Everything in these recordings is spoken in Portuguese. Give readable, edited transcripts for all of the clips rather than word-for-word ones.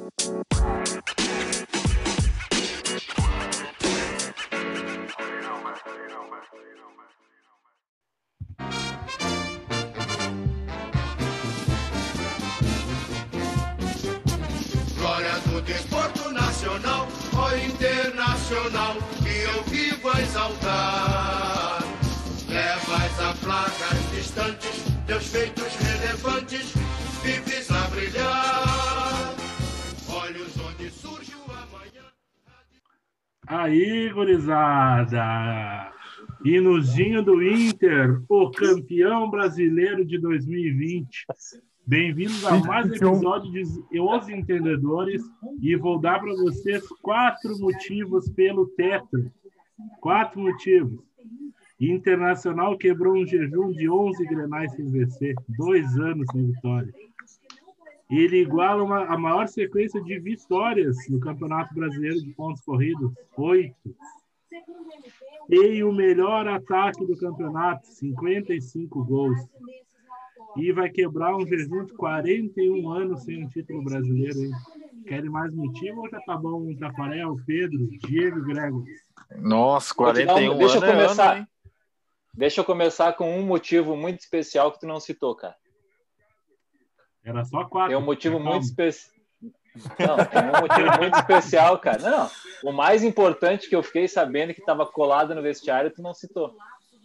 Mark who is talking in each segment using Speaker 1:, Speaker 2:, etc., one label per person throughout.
Speaker 1: Glória do desporto nacional, ó internacional, que eu vivo a exaltar. Levas a placas distantes, teus feitos relevantes, vives a brilhar. Olhos onde surge o amanhã.
Speaker 2: Aí, gurizada! Hinozinho do Inter, o campeão brasileiro de 2020. Bem-vindos a mais um episódio de Os Entendedores e vou dar para vocês 4 motivos pelo teto. 4 motivos. Internacional quebrou um jejum de 11 Grenais sem vencer, 2 anos sem vitória. Ele iguala a maior sequência de vitórias no Campeonato Brasileiro de pontos corridos, 8. E o melhor ataque do campeonato, 55 gols. E vai quebrar um jejum de 41 anos sem um título brasileiro. Hein? Querem mais motivo ou já tá bom? Tafarel, Pedro, Diego e Gregor?
Speaker 3: Nossa, 41
Speaker 4: deixa
Speaker 3: anos
Speaker 4: eu começar.
Speaker 3: Ano, hein?
Speaker 4: Deixa eu começar com um motivo muito especial que tu não citou, cara.
Speaker 2: Era só 4.
Speaker 4: Tem um motivo muito especial. Não, tem um motivo muito especial, cara. Não, o mais importante que eu fiquei sabendo que estava colado no vestiário, tu não citou.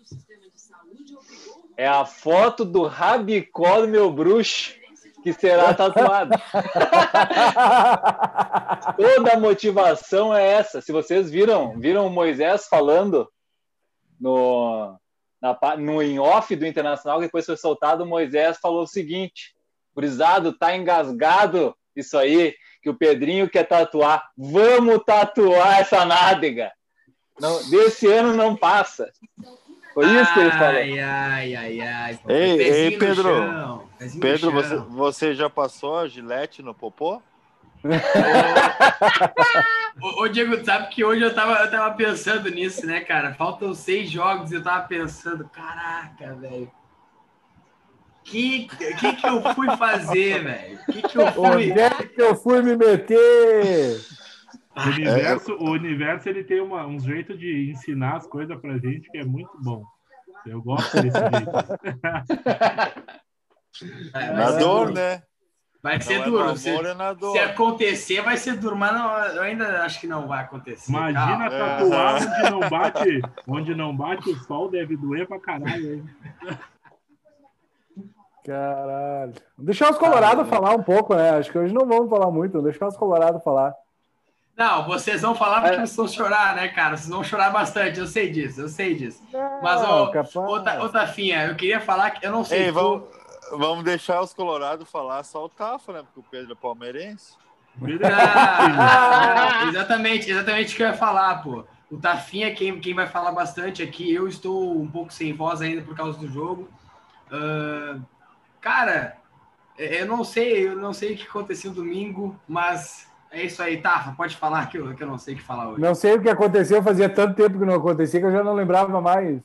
Speaker 4: É a foto do rabicó do meu bruxo que será tatuado. Toda a motivação é essa. Se vocês viram o Moisés falando no in-off do Internacional, que depois foi soltado, o Moisés falou o seguinte: gurizado, tá engasgado isso aí, que o Pedrinho quer tatuar. Vamos tatuar essa nádega. Não, desse ano não passa. Foi isso que ele falou.
Speaker 5: Ai.
Speaker 3: Ei, Pedro.
Speaker 5: Pedro,
Speaker 3: você já passou a gilete no popô?
Speaker 5: Ô, Diego, sabe que hoje eu tava pensando nisso, né, cara? Faltam 6 jogos e eu tava pensando, caraca, velho. Que eu fui fazer, velho?
Speaker 6: Onde é que eu fui me meter?
Speaker 2: O universo ele tem um jeito de ensinar as coisas pra gente que é muito bom. Eu gosto desse jeito.
Speaker 3: Na dor, né?
Speaker 5: Vai ser duro. Se acontecer, vai ser duro, mas não, eu ainda acho que não vai acontecer.
Speaker 2: Imagina tatuar onde não bate o sol, deve doer pra caralho. Hein?
Speaker 6: Caralho. Deixar os Colorados falar um pouco, né? Acho que hoje não vamos falar muito, deixar os Colorados falar.
Speaker 5: Não, vocês vão falar porque vocês vão chorar, né, cara? Vocês vão chorar bastante, eu sei disso.
Speaker 6: Não,
Speaker 5: mas, ô Tafinha, eu queria falar que eu não sei.
Speaker 3: Ei, vamos deixar os Colorados falar só o Tafa, né? Porque o Pedro é palmeirense.
Speaker 5: Exatamente o que eu ia falar, pô. O Tafinha, quem vai falar bastante aqui, eu estou um pouco sem voz ainda por causa do jogo. Cara, eu não sei o que aconteceu domingo, mas é isso aí, Tafa, pode falar que eu não sei o que falar hoje.
Speaker 6: Não sei o que aconteceu, fazia tanto tempo que não acontecia que eu já não lembrava mais.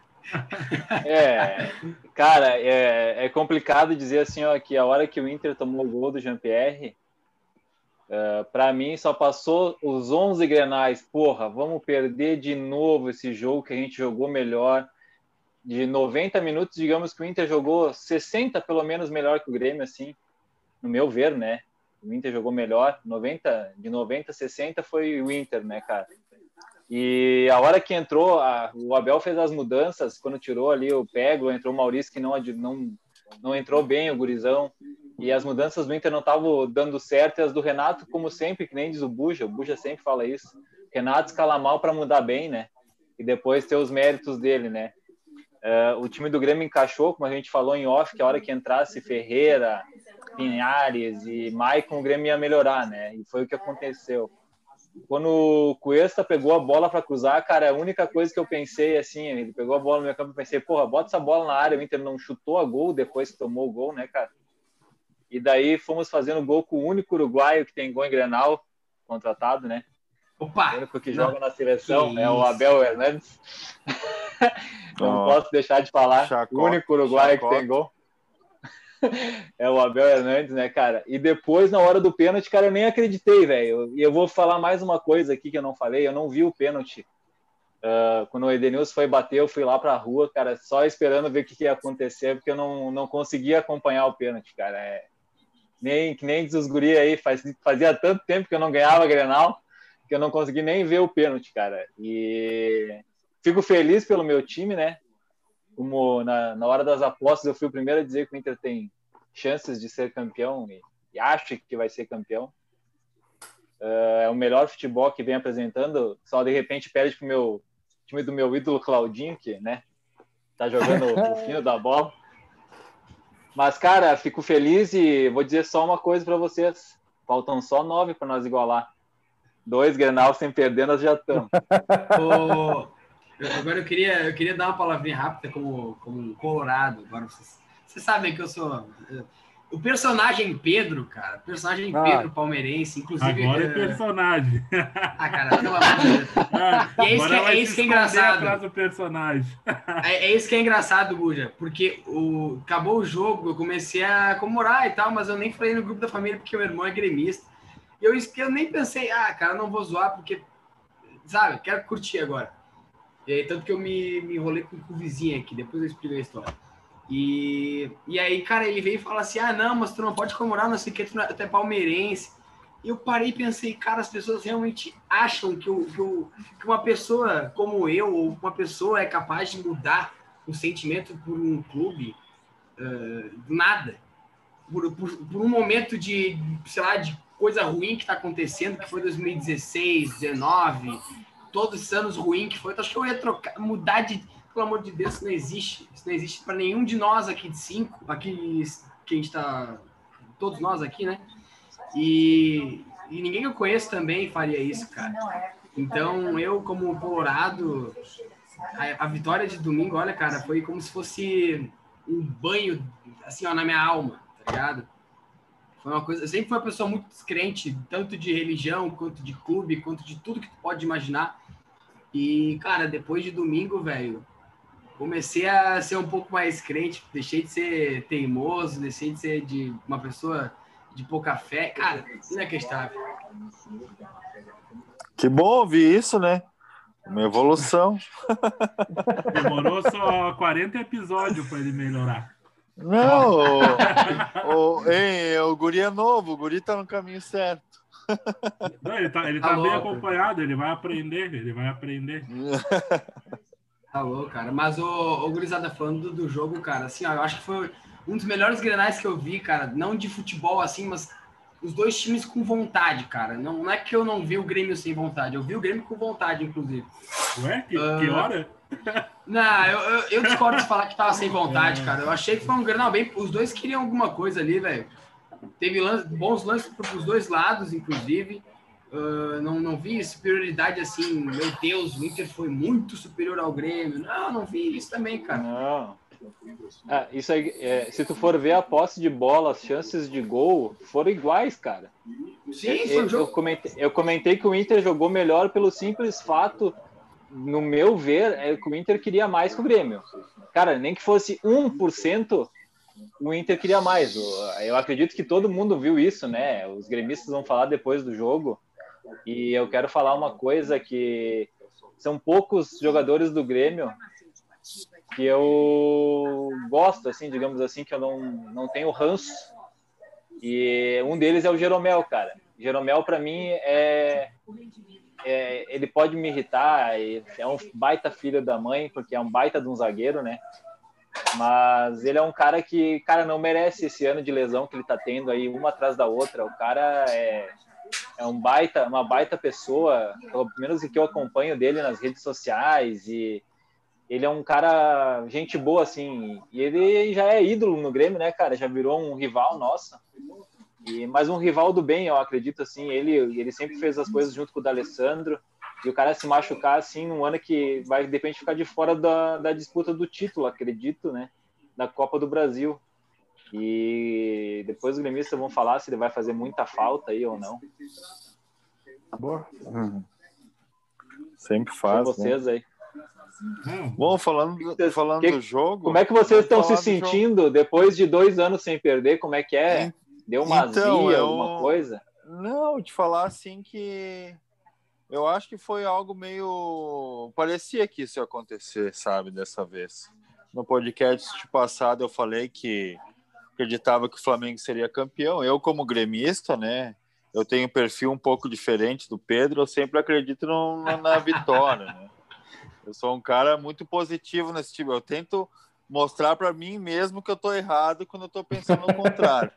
Speaker 4: Cara, é complicado dizer assim, ó, que a hora que o Inter tomou o gol do Jean-Pierre, para mim só passou os 11 Grenais. Porra, vamos perder de novo esse jogo que a gente jogou melhor. De 90 minutos, digamos que o Inter jogou 60 pelo menos melhor que o Grêmio, assim, no meu ver, né? O Inter jogou melhor, de 90 a 60 foi o Inter, né, cara? E a hora que entrou, o Abel fez as mudanças, quando tirou ali o Peglo, entrou o Maurício, que não entrou bem, o gurizão, e as mudanças do Inter não estavam dando certo, e as do Renato, como sempre, que nem diz o Buja sempre fala isso, Renato escala mal para mudar bem, né? E depois ter os méritos dele, né? O time do Grêmio encaixou, como a gente falou em off, que a hora que entrasse Ferreira, Pinhares e Maicon, o Grêmio ia melhorar, né? E foi o que aconteceu. Quando o Cuesta pegou a bola para cruzar, cara, a única coisa que eu pensei, assim, ele pegou a bola no meu campo e pensei, porra, bota essa bola na área, o Inter não chutou a gol depois que tomou o gol, né, cara? E daí fomos fazendo gol com o único uruguaio que tem gol em Grenal, contratado, né?
Speaker 5: Opa!
Speaker 4: O único que joga na seleção é o Abel Hernandes. Não posso deixar de falar. O único uruguaio que tem gol. É o Abel Hernandes, né, cara? E depois, na hora do pênalti, cara, eu nem acreditei, velho. E eu vou falar mais uma coisa aqui que eu não falei. Eu não vi o pênalti. Quando o Edenilson foi bater, eu fui lá pra rua, cara, só esperando ver o que ia acontecer, porque eu não conseguia acompanhar o pênalti, cara. Que nem diz os guri aí, fazia tanto tempo que eu não ganhava Grenal, que eu não consegui nem ver o pênalti, cara. E fico feliz pelo meu time, né? Como na hora das apostas eu fui o primeiro a dizer que o Inter tem chances de ser campeão e acho que vai ser campeão. É o melhor futebol que vem apresentando, só de repente perde pro meu time do meu ídolo Claudinho, que, né, tá jogando o fino da bola. Mas, cara, fico feliz e vou dizer só uma coisa para vocês. Faltam só 9 para nós igualar. 2 Grenal sem perder, nós já estamos.
Speaker 5: Agora eu queria dar uma palavrinha rápida como colorado. Agora vocês sabem que eu sou... O personagem Pedro, cara. Personagem Pedro palmeirense, inclusive...
Speaker 2: Agora é personagem.
Speaker 5: Cara, pelo amor de Deus. E é isso que é engraçado.
Speaker 2: Atrás do personagem.
Speaker 5: É isso que é engraçado, Buja. Porque acabou o jogo, eu comecei a comemorar e tal, mas eu nem falei no grupo da família porque meu irmão é gremista. E eu nem pensei, cara, não vou zoar porque, sabe, quero curtir agora. E aí, tanto que eu me enrolei com o vizinho aqui, depois eu explico a história. E aí, cara, ele veio e falou assim, não, mas tu não pode comemorar, não sei o que, tu é palmeirense. E eu parei e pensei, cara, as pessoas realmente acham que uma pessoa como eu, ou uma pessoa é capaz de mudar o sentimento por um clube do nada. Por um momento de, sei lá, de coisa ruim que tá acontecendo, que foi 2016, 2019, todos esses anos ruins que foi. Então, acho que eu ia mudar de... Pelo amor de Deus, isso não existe. Isso não existe para nenhum de nós aqui de 5, aqui que a gente tá... Todos nós aqui, né? E ninguém que eu conheço também faria isso, cara. Então, eu, como colorado, a vitória de domingo, olha, cara, foi como se fosse um banho, assim, ó, na minha alma, tá ligado? Foi uma coisa... Eu sempre fui uma pessoa muito descrente, tanto de religião, quanto de clube, quanto de tudo que tu pode imaginar. E, cara, depois de domingo, velho, comecei a ser um pouco mais crente, deixei de ser teimoso, deixei de ser de uma pessoa de pouca fé. Cara, inacreditável.
Speaker 3: Que bom ouvir isso, né? Uma evolução.
Speaker 2: Demorou só 40 episódios para ele melhorar.
Speaker 3: Não, o guri é novo, o guri tá no caminho certo.
Speaker 2: Não, ele tá bem acompanhado, ele vai aprender.
Speaker 5: Alô, cara. Mas o gurizada, falando do jogo, cara, assim, ó, eu acho que foi um dos melhores grenais que eu vi, cara, não de futebol, assim, mas os dois times com vontade, cara. Não é que eu não vi o Grêmio sem vontade, eu vi o Grêmio com vontade, inclusive.
Speaker 2: Ué? Que hora?
Speaker 5: Não, eu discordo de falar que tava sem vontade, cara. Eu achei que foi um grenal bem... Os dois queriam alguma coisa ali, velho. Teve bons lances pros dois lados, inclusive. Não vi superioridade assim, meu Deus, o Inter foi muito superior ao Grêmio. Não vi isso também, cara.
Speaker 4: Não. Isso aí, se tu for ver a posse de bola, as chances de gol foram iguais, cara.
Speaker 5: Sim, foi um jogo.
Speaker 4: Eu comentei que o Inter jogou melhor pelo simples fato, no meu ver, que o Inter queria mais que o Grêmio. Cara, nem que fosse 1%, o Inter queria mais. Eu acredito que todo mundo viu isso, né? Os gremistas vão falar depois do jogo. E eu quero falar uma coisa, que são poucos jogadores do Grêmio que eu gosto, assim, digamos assim, que eu não tenho ranço. E um deles é o Jeromel, cara. Jeromel, para mim, ele pode me irritar, é um baita filho da mãe, porque é um baita de um zagueiro, né? Mas ele é um cara que, cara, não merece esse ano de lesão que ele tá tendo aí, uma atrás da outra. O cara é uma baita pessoa, pelo menos que eu acompanho dele nas redes sociais, e ele é um cara, gente boa, assim, e ele já é ídolo no Grêmio, né, cara? Já virou um rival nosso, mas um rival do bem, eu acredito, assim. Ele sempre fez as coisas junto com o D'Alessandro, e o cara se machucar, assim, num ano que vai, de repente, ficar de fora da disputa do título, acredito, né, da Copa do Brasil. E depois os gremistas vão falar se ele vai fazer muita falta aí ou não.
Speaker 6: Boa.
Speaker 3: Sempre faz,
Speaker 4: com vocês,
Speaker 3: né?
Speaker 4: Aí.
Speaker 3: Bom, falando do jogo...
Speaker 4: Como é que vocês estão se
Speaker 3: falar do
Speaker 4: sentindo depois de 2 anos sem perder? Como é que é? Deu uma
Speaker 3: Então,
Speaker 4: azia, alguma coisa?
Speaker 3: Não, te falar assim que eu acho que foi algo meio... Parecia que isso ia acontecer, sabe, dessa vez. No podcast passado eu falei que acreditava que o Flamengo seria campeão. Eu, como gremista, né, eu tenho um perfil um pouco diferente do Pedro, eu sempre acredito na vitória, né? Eu sou um cara muito positivo nesse tipo. Eu tento mostrar para mim mesmo que eu estou errado quando eu estou pensando no contrário.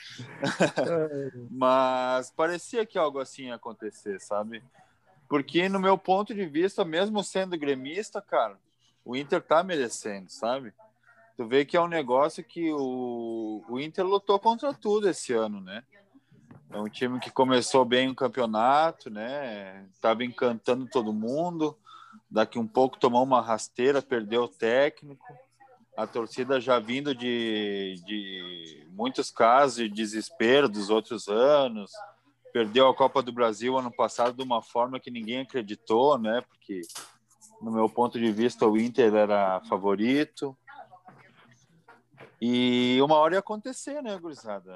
Speaker 3: Mas parecia que algo assim ia acontecer, sabe? Porque, no meu ponto de vista, mesmo sendo gremista, cara, o Inter tá merecendo, sabe? Tu vê que é um negócio que o Inter lutou contra tudo esse ano, né? É um time que começou bem o campeonato, né? Tava encantando todo mundo. Daqui um pouco tomou uma rasteira, perdeu o técnico. A torcida já vindo de muitos casos de desespero dos outros anos. Perdeu a Copa do Brasil ano passado de uma forma que ninguém acreditou, né? Porque, no meu ponto de vista, o Inter era favorito. E uma hora ia acontecer, né, gurizada?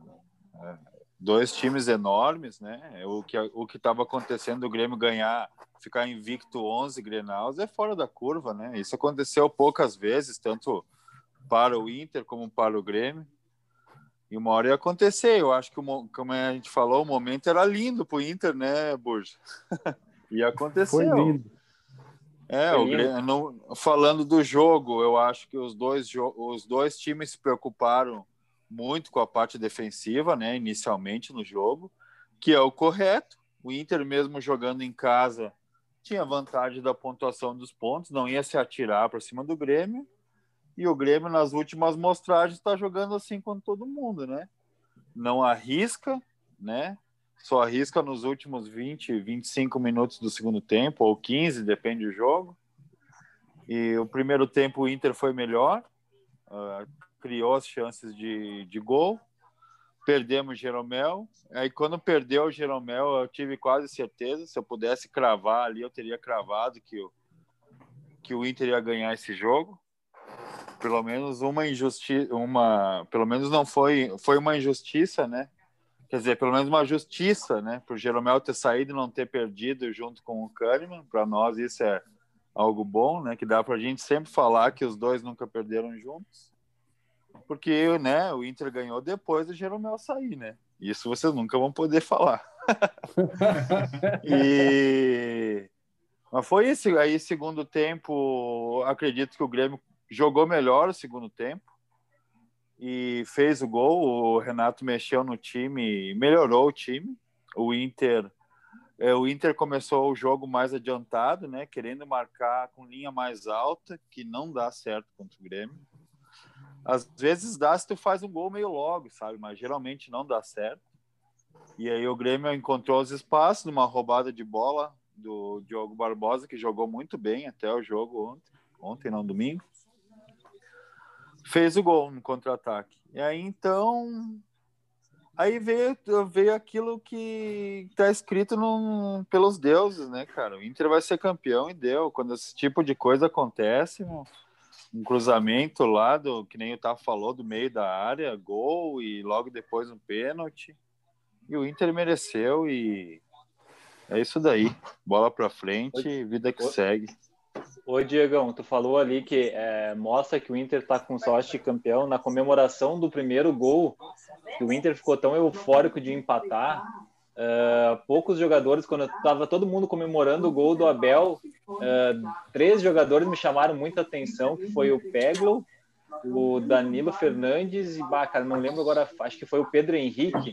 Speaker 3: 2 times enormes, né? O que estava acontecendo, o Grêmio ganhar, ficar invicto 11 Grenals, é fora da curva, né? Isso aconteceu poucas vezes, tanto para o Inter como para o Grêmio. E uma hora ia acontecer. Eu acho que, como a gente falou, o momento era lindo para o Inter, né, Burja? E aconteceu.
Speaker 6: Foi lindo.
Speaker 3: O Grêmio, falando do jogo, eu acho que os dois times se preocuparam muito com a parte defensiva, né, inicialmente no jogo, que é o correto. O Inter, mesmo jogando em casa, tinha vantagem da pontuação dos pontos, não ia se atirar para cima do Grêmio. E o Grêmio, nas últimas mostragens, está jogando assim com todo mundo, né? Não arrisca, né? Só arrisca nos últimos 20, 25 minutos do segundo tempo, ou 15, depende do jogo. E o primeiro tempo o Inter foi melhor, criou as chances de gol. Perdemos o Jeromel. Aí quando perdeu o Jeromel, eu tive quase certeza, se eu pudesse cravar ali, eu teria cravado que o Inter ia ganhar esse jogo. Pelo menos uma injustiça, pelo menos não foi uma injustiça, né? Quer dizer, pelo menos uma justiça, né? Por Jeromel ter saído e não ter perdido junto com o Kahneman. Para nós isso é algo bom, né? Que dá para a gente sempre falar que os dois nunca perderam juntos. Porque, né, o Inter ganhou depois do Jeromel sair, né? Isso vocês nunca vão poder falar. Mas foi isso. Aí, segundo tempo, acredito que o Grêmio jogou melhor o segundo tempo e fez o gol. O Renato mexeu no time, melhorou o time. O Inter começou o jogo mais adiantado, né? Querendo marcar com linha mais alta, que não dá certo contra o Grêmio. Às vezes dá se tu faz um gol meio logo, sabe? Mas geralmente não dá certo. E aí o Grêmio encontrou os espaços numa roubada de bola do Diogo Barbosa, que jogou muito bem até o jogo ontem não, domingo. Fez o gol no contra-ataque. E aí, então... Aí veio aquilo que tá escrito pelos deuses, né, cara? O Inter vai ser campeão e deu. Quando esse tipo de coisa acontece, um cruzamento lá, que nem o Tafa falou, do meio da área, gol, e logo depois um pênalti. E o Inter mereceu e é isso daí. Bola pra frente, vida que segue.
Speaker 4: Ô, Diegão, tu falou ali que mostra que o Inter tá com sorte de campeão. Na comemoração do primeiro gol, que o Inter ficou tão eufórico de empatar, poucos jogadores, quando tava todo mundo comemorando o gol do Abel, 3 jogadores me chamaram muita atenção, que foi o Peglo, o Danilo Fernandes e, cara, não lembro agora, acho que foi o Pedro Henrique.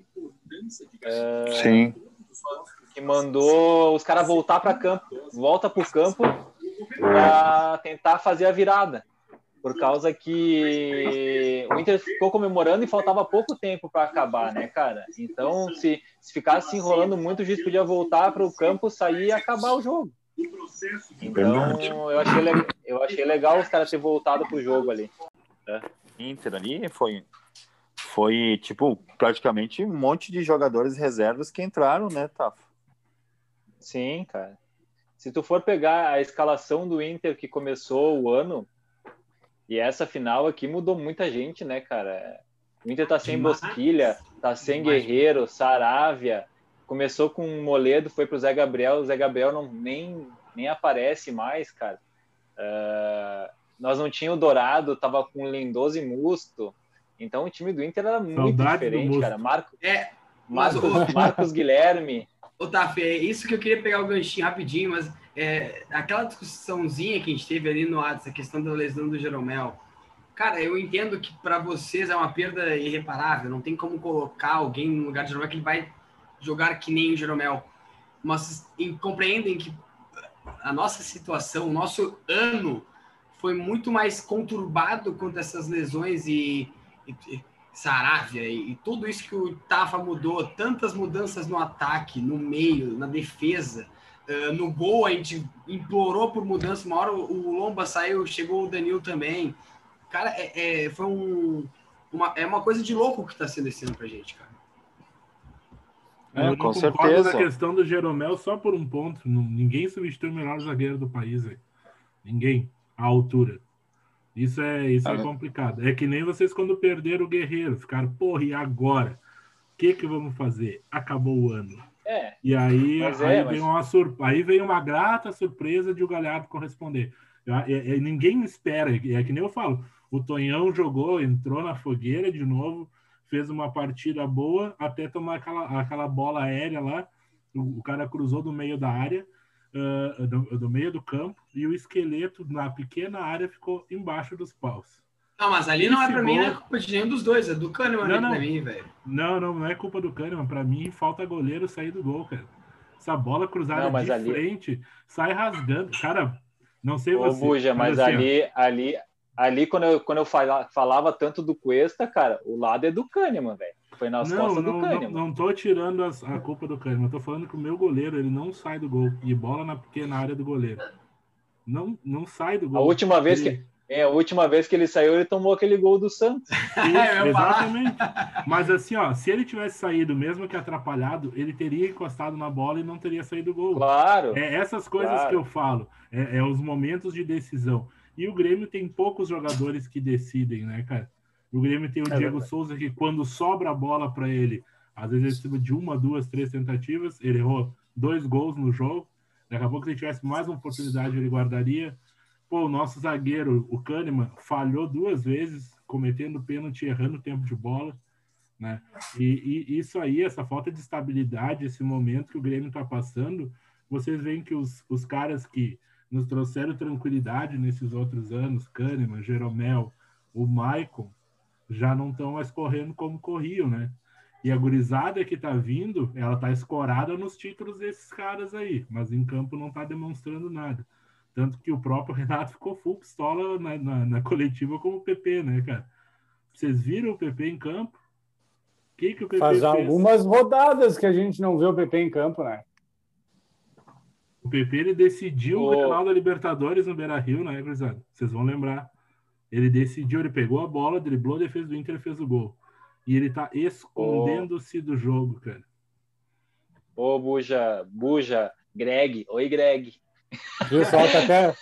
Speaker 3: Sim.
Speaker 4: Que mandou os caras voltar para campo, volta pro campo para tentar fazer a virada, por causa que o Inter ficou comemorando e faltava pouco tempo para acabar, né, cara? Então, se ficasse enrolando muito, o juiz podia voltar para o campo, sair e acabar o jogo. Então, eu achei legal os caras terem voltado pro jogo ali.
Speaker 3: Inter ali foi tipo, praticamente um monte de jogadores reservas que entraram, né, Tafa?
Speaker 4: Sim, cara. se tu for pegar a escalação do Inter que começou o ano, e essa final aqui mudou muita gente, né, cara? O Inter tá sem Bosquilha, tá sem Guerreiro, Saravia, começou com o Moledo, foi pro Zé Gabriel, o Zé Gabriel nem aparece mais, cara. Nós não tínhamos o Dourado, tava com Lindoso e Musto, então o time do Inter era muito diferente, cara. Marcos Guilherme.
Speaker 5: Ô, Taf, é isso que eu queria pegar o ganchinho rapidinho, mas aquela discussãozinha que a gente teve ali no WhatsApp, a questão da lesão do Jeromel. Cara, eu entendo que para vocês é uma perda irreparável, não tem como colocar alguém no lugar de Jeromel que ele vai jogar que nem o Jeromel. Mas compreendem que a nossa situação, o nosso ano foi muito mais conturbado quanto essas lesões e Saravia e tudo isso que o Tafa mudou, tantas mudanças no ataque, no meio, na defesa, no gol a gente implorou por mudança, uma hora o Lomba saiu, chegou o Danilo também. Cara, foi uma coisa de louco que está sendo esse ano pra gente, cara.
Speaker 2: Eu não concordo na questão do Jeromel só por um ponto. Ninguém substitui o melhor zagueiro do país, véio. Ninguém. À altura. Isso é complicado. É que nem vocês quando perderam o Guerreiro. Ficaram, porra, e agora? O que vamos fazer? Acabou o ano. E aí veio uma grata surpresa de o Galhardo corresponder. Ninguém espera. É que nem eu falo. O Tonhão jogou, entrou na fogueira de novo, fez uma partida boa, até tomar aquela bola aérea lá. O cara cruzou do meio da área, do meio do campo, e o esqueleto na pequena área ficou embaixo dos paus.
Speaker 5: Não, mas ali não pra mim, não é culpa de nenhum dos dois, é do Kahneman pra mim, velho.
Speaker 2: Não é culpa do Kahneman. Pra mim, falta goleiro sair do gol, cara. Essa bola cruzada frente, sai rasgando. Cara, não sei você.
Speaker 4: Buja, mas ali quando eu falava tanto do Cuesta, cara, o lado é do Kahneman, velho. Foi nas costas do Kahneman.
Speaker 2: Não tô tirando a culpa do Kahneman. Tô falando que o meu goleiro, ele não sai do gol. E bola na pequena área do goleiro. Não sai do gol.
Speaker 4: A última vez que ele saiu, ele tomou aquele gol do Santos.
Speaker 2: Exatamente. Mas assim, ó, se ele tivesse saído, mesmo que atrapalhado, ele teria encostado na bola e não teria saído do gol.
Speaker 4: Claro.
Speaker 2: Essas coisas que eu falo. Os momentos de decisão. E o Grêmio tem poucos jogadores que decidem, né, cara? O Grêmio tem o Diego Souza, que quando sobra a bola para ele, às vezes ele precisa de 1, 2, 3 tentativas, ele errou 2 gols no jogo. Daqui a pouco, se ele tivesse mais uma oportunidade, ele guardaria. Pô, o nosso zagueiro, o Kahneman, falhou 2 vezes, cometendo pênalti, errando o tempo de bola, né? E isso aí, essa falta de estabilidade, esse momento que o Grêmio está passando, vocês veem que os caras que nos trouxeram tranquilidade nesses outros anos, Kahneman, Jeromel, o Maicon, já não estão mais correndo como corriam, né? E a gurizada que tá vindo, ela tá escorada nos títulos desses caras aí, mas em campo não tá demonstrando nada. Tanto que o próprio Renato ficou full pistola na coletiva como o PP, né, cara? Vocês viram o PP em campo? O que o PP
Speaker 6: faz
Speaker 2: fez?
Speaker 6: Algumas rodadas que a gente não vê o PP em campo, né?
Speaker 2: O PP, ele decidiu o final da Libertadores no Beira-Rio, né, gurizada? Vocês vão lembrar. Ele decidiu, ele pegou a bola, driblou a defesa do Inter e fez o gol. E ele tá escondendo-se do jogo, cara.
Speaker 4: Ô, Buja, Greg. Oi, Greg.
Speaker 6: Viu, solta até...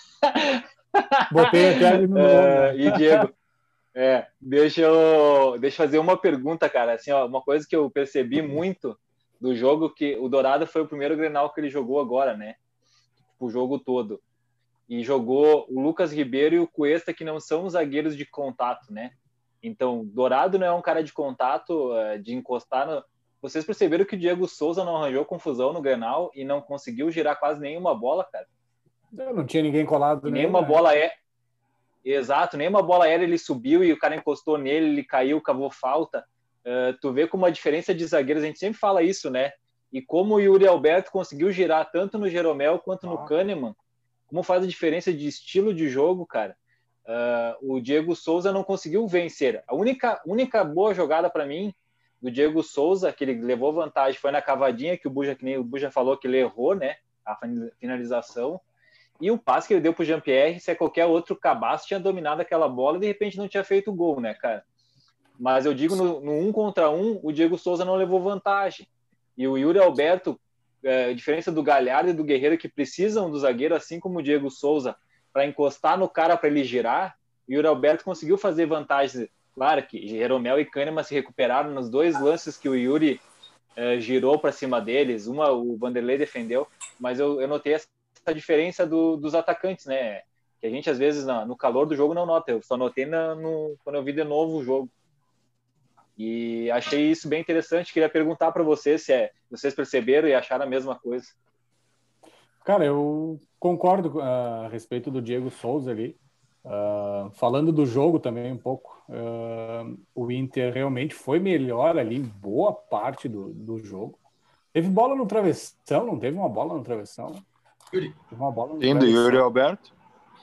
Speaker 6: Botei até ali no nome.
Speaker 4: E Diego, deixa eu fazer uma pergunta, cara. Assim, ó, uma coisa que eu percebi muito do jogo, que o Dourado foi o primeiro Grenal que ele jogou agora, né? O jogo todo. E jogou o Lucas Ribeiro e o Cuesta, que não são zagueiros de contato, né? Então, Dourado não é um cara de contato, de encostar no... Vocês perceberam que o Diego Souza não arranjou confusão no Grenal e não conseguiu girar quase nenhuma bola, cara?
Speaker 6: Não tinha ninguém colado.
Speaker 4: Nenhuma bola Exato, nenhuma bola aérea ele subiu e o cara encostou nele, ele caiu, cavou falta. Tu vê como a diferença de zagueiros, a gente sempre fala isso, né? E como o Yuri Alberto conseguiu girar tanto no Jeromel quanto no Kahneman, como faz a diferença de estilo de jogo, cara. O Diego Souza não conseguiu vencer. A única boa jogada para mim do Diego Souza, que ele levou vantagem, foi na cavadinha, que nem o Buja falou que ele errou, né? A finalização. E o passe que ele deu pro Jean-Pierre, se qualquer outro cabaço tinha dominado aquela bola e de repente não tinha feito gol, né, cara? Mas eu digo, no 1 contra 1, o Diego Souza não levou vantagem. E o Yuri Alberto, diferença do Galhardo e do Guerreiro, que precisam do zagueiro, assim como o Diego Souza, para encostar no cara para ele girar, e o Yuri Alberto conseguiu fazer vantagens. Claro que Jeromel e Kahneman se recuperaram nos 2 lances que o Yuri girou para cima deles, o Vanderlei defendeu, mas eu notei essa diferença dos atacantes, né? Que a gente às vezes no calor do jogo não nota, eu só notei quando eu vi de novo o jogo. E achei isso bem interessante, queria perguntar para vocês se vocês perceberam e acharam a mesma coisa.
Speaker 6: Cara, eu concordo a respeito do Diego Souza ali. Falando do jogo também um pouco, o Inter realmente foi melhor ali em boa parte do jogo. Teve bola no travessão, não teve uma bola no travessão? Teve uma bola no
Speaker 3: Tem do Yuri Alberto?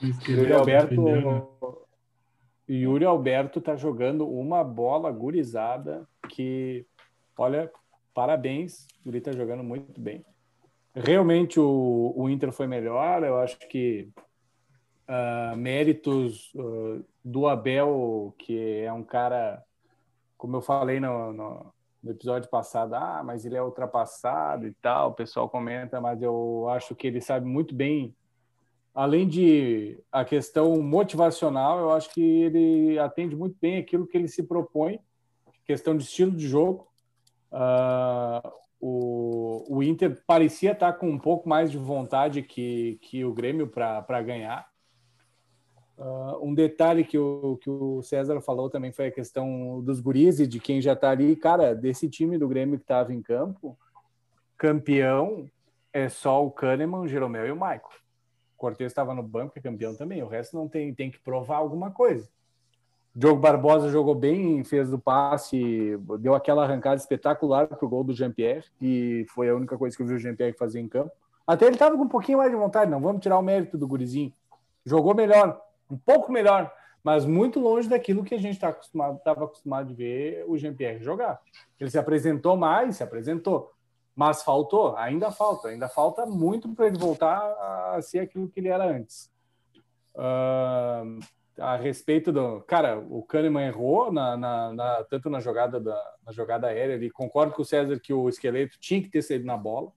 Speaker 6: Yuri Alberto tá jogando uma bola gurizada que, olha, parabéns, o Yuri tá jogando muito bem. Realmente o Inter foi melhor, eu acho que méritos do Abel, que é um cara, como eu falei no episódio passado, mas ele é ultrapassado e tal, o pessoal comenta, mas eu acho que ele sabe muito bem, além de a questão motivacional, eu acho que ele atende muito bem aquilo que ele se propõe, questão de estilo de jogo. O Inter parecia estar com um pouco mais de vontade que o Grêmio para ganhar. Um detalhe que o César falou também foi a questão dos guris e de quem já está ali. Cara, desse time do Grêmio que estava em campo, campeão é só o Kahneman, o Jeromel e o Maicon. O Cortez estava no banco, é campeão também. O resto não tem que provar alguma coisa. Diogo Barbosa jogou bem, fez do passe, deu aquela arrancada espetacular pro gol do Jean-Pierre, e foi a única coisa que eu vi o Jean-Pierre fazer em campo. Até ele estava com um pouquinho mais de vontade, não vamos tirar o mérito do gurizinho. Jogou melhor, um pouco melhor, mas muito longe daquilo que a gente estava acostumado de ver o Jean-Pierre jogar. Ele se apresentou, mas ainda falta muito para ele voltar a ser aquilo que ele era antes. A respeito do... Cara, o Kahneman errou tanto na jogada aérea ali. Concordo com o César que o Esqueleto tinha que ter saído na bola.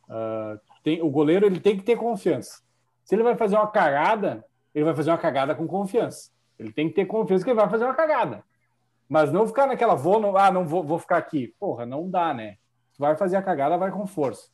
Speaker 6: O goleiro ele tem que ter confiança. Se ele vai fazer uma cagada, ele vai fazer uma cagada com confiança. Ele tem que ter confiança que ele vai fazer uma cagada. Mas não ficar naquela... vou ficar aqui. Porra, não dá, né? Vai fazer a cagada, vai com força.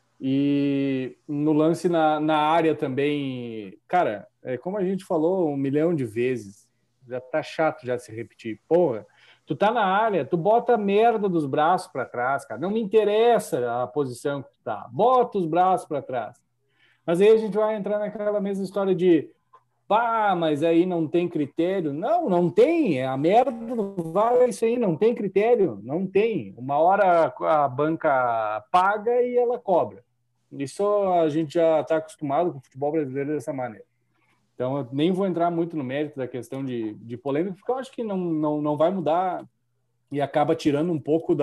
Speaker 6: E no lance na área também, cara, como a gente falou 1 milhão de vezes, já tá chato já se repetir. Porra, tu tá na área, tu bota a merda dos braços para trás, cara. Não me interessa a posição que tu tá. Bota os braços para trás. Mas aí a gente vai entrar naquela mesma história de mas aí não tem critério. Não tem. A merda do VAR é isso aí, não tem critério. Não tem. Uma hora a banca paga e ela cobra. Isso a gente já está acostumado com o futebol brasileiro dessa maneira. Então, eu nem vou entrar muito no mérito da questão de polêmica, porque eu acho que não vai mudar e acaba tirando um pouco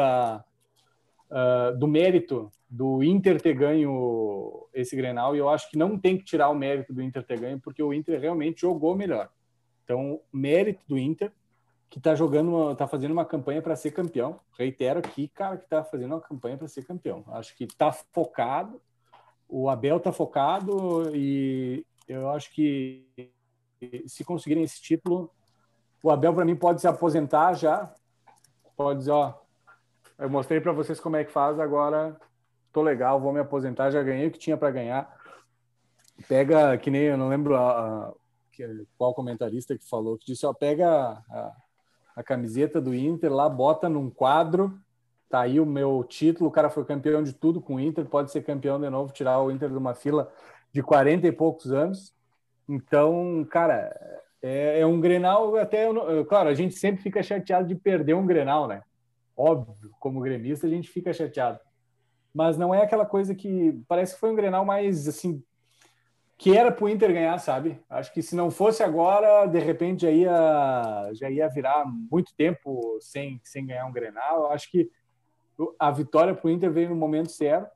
Speaker 6: do mérito do Inter ter ganho esse Grenal, e eu acho que não tem que tirar o mérito do Inter ter ganho, porque o Inter realmente jogou melhor. Então, mérito do Inter, que está fazendo uma campanha para ser campeão. Reitero aqui, cara, que está fazendo uma campanha para ser campeão. Acho que está focado, o Abel está focado, e eu acho que se conseguirem esse título, o Abel, para mim, pode se aposentar já. Pode dizer, eu mostrei para vocês como é que faz, agora tô legal, vou me aposentar, já ganhei o que tinha para ganhar. Pega, que nem, eu não lembro qual comentarista que falou, que disse, pega a camiseta do Inter lá, bota num quadro, tá aí o meu título, o cara foi campeão de tudo com o Inter, pode ser campeão de novo, tirar o Inter de uma fila de 40 e poucos anos. Então, cara, é um Grenal, claro, a gente sempre fica chateado de perder um Grenal, né? Óbvio, como gremista, a gente fica chateado. Mas não é aquela coisa que... Parece que foi um Grenal mais, assim, que era pro Inter ganhar, sabe? Acho que se não fosse agora, de repente já ia virar muito tempo sem ganhar um Grenal. Eu acho que a vitória pro Inter veio no momento certo.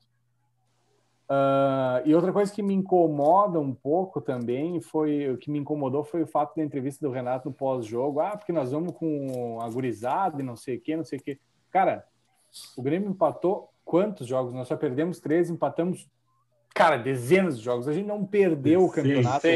Speaker 6: E outra coisa que me incomoda um pouco também o que me incomodou foi o fato da entrevista do Renato no pós-jogo. Porque nós vamos com a gurizada e não sei o quê. Cara, o Grêmio empatou quantos jogos? Nós só perdemos 13, empatamos, cara, dezenas de jogos. A gente não perdeu o campeonato.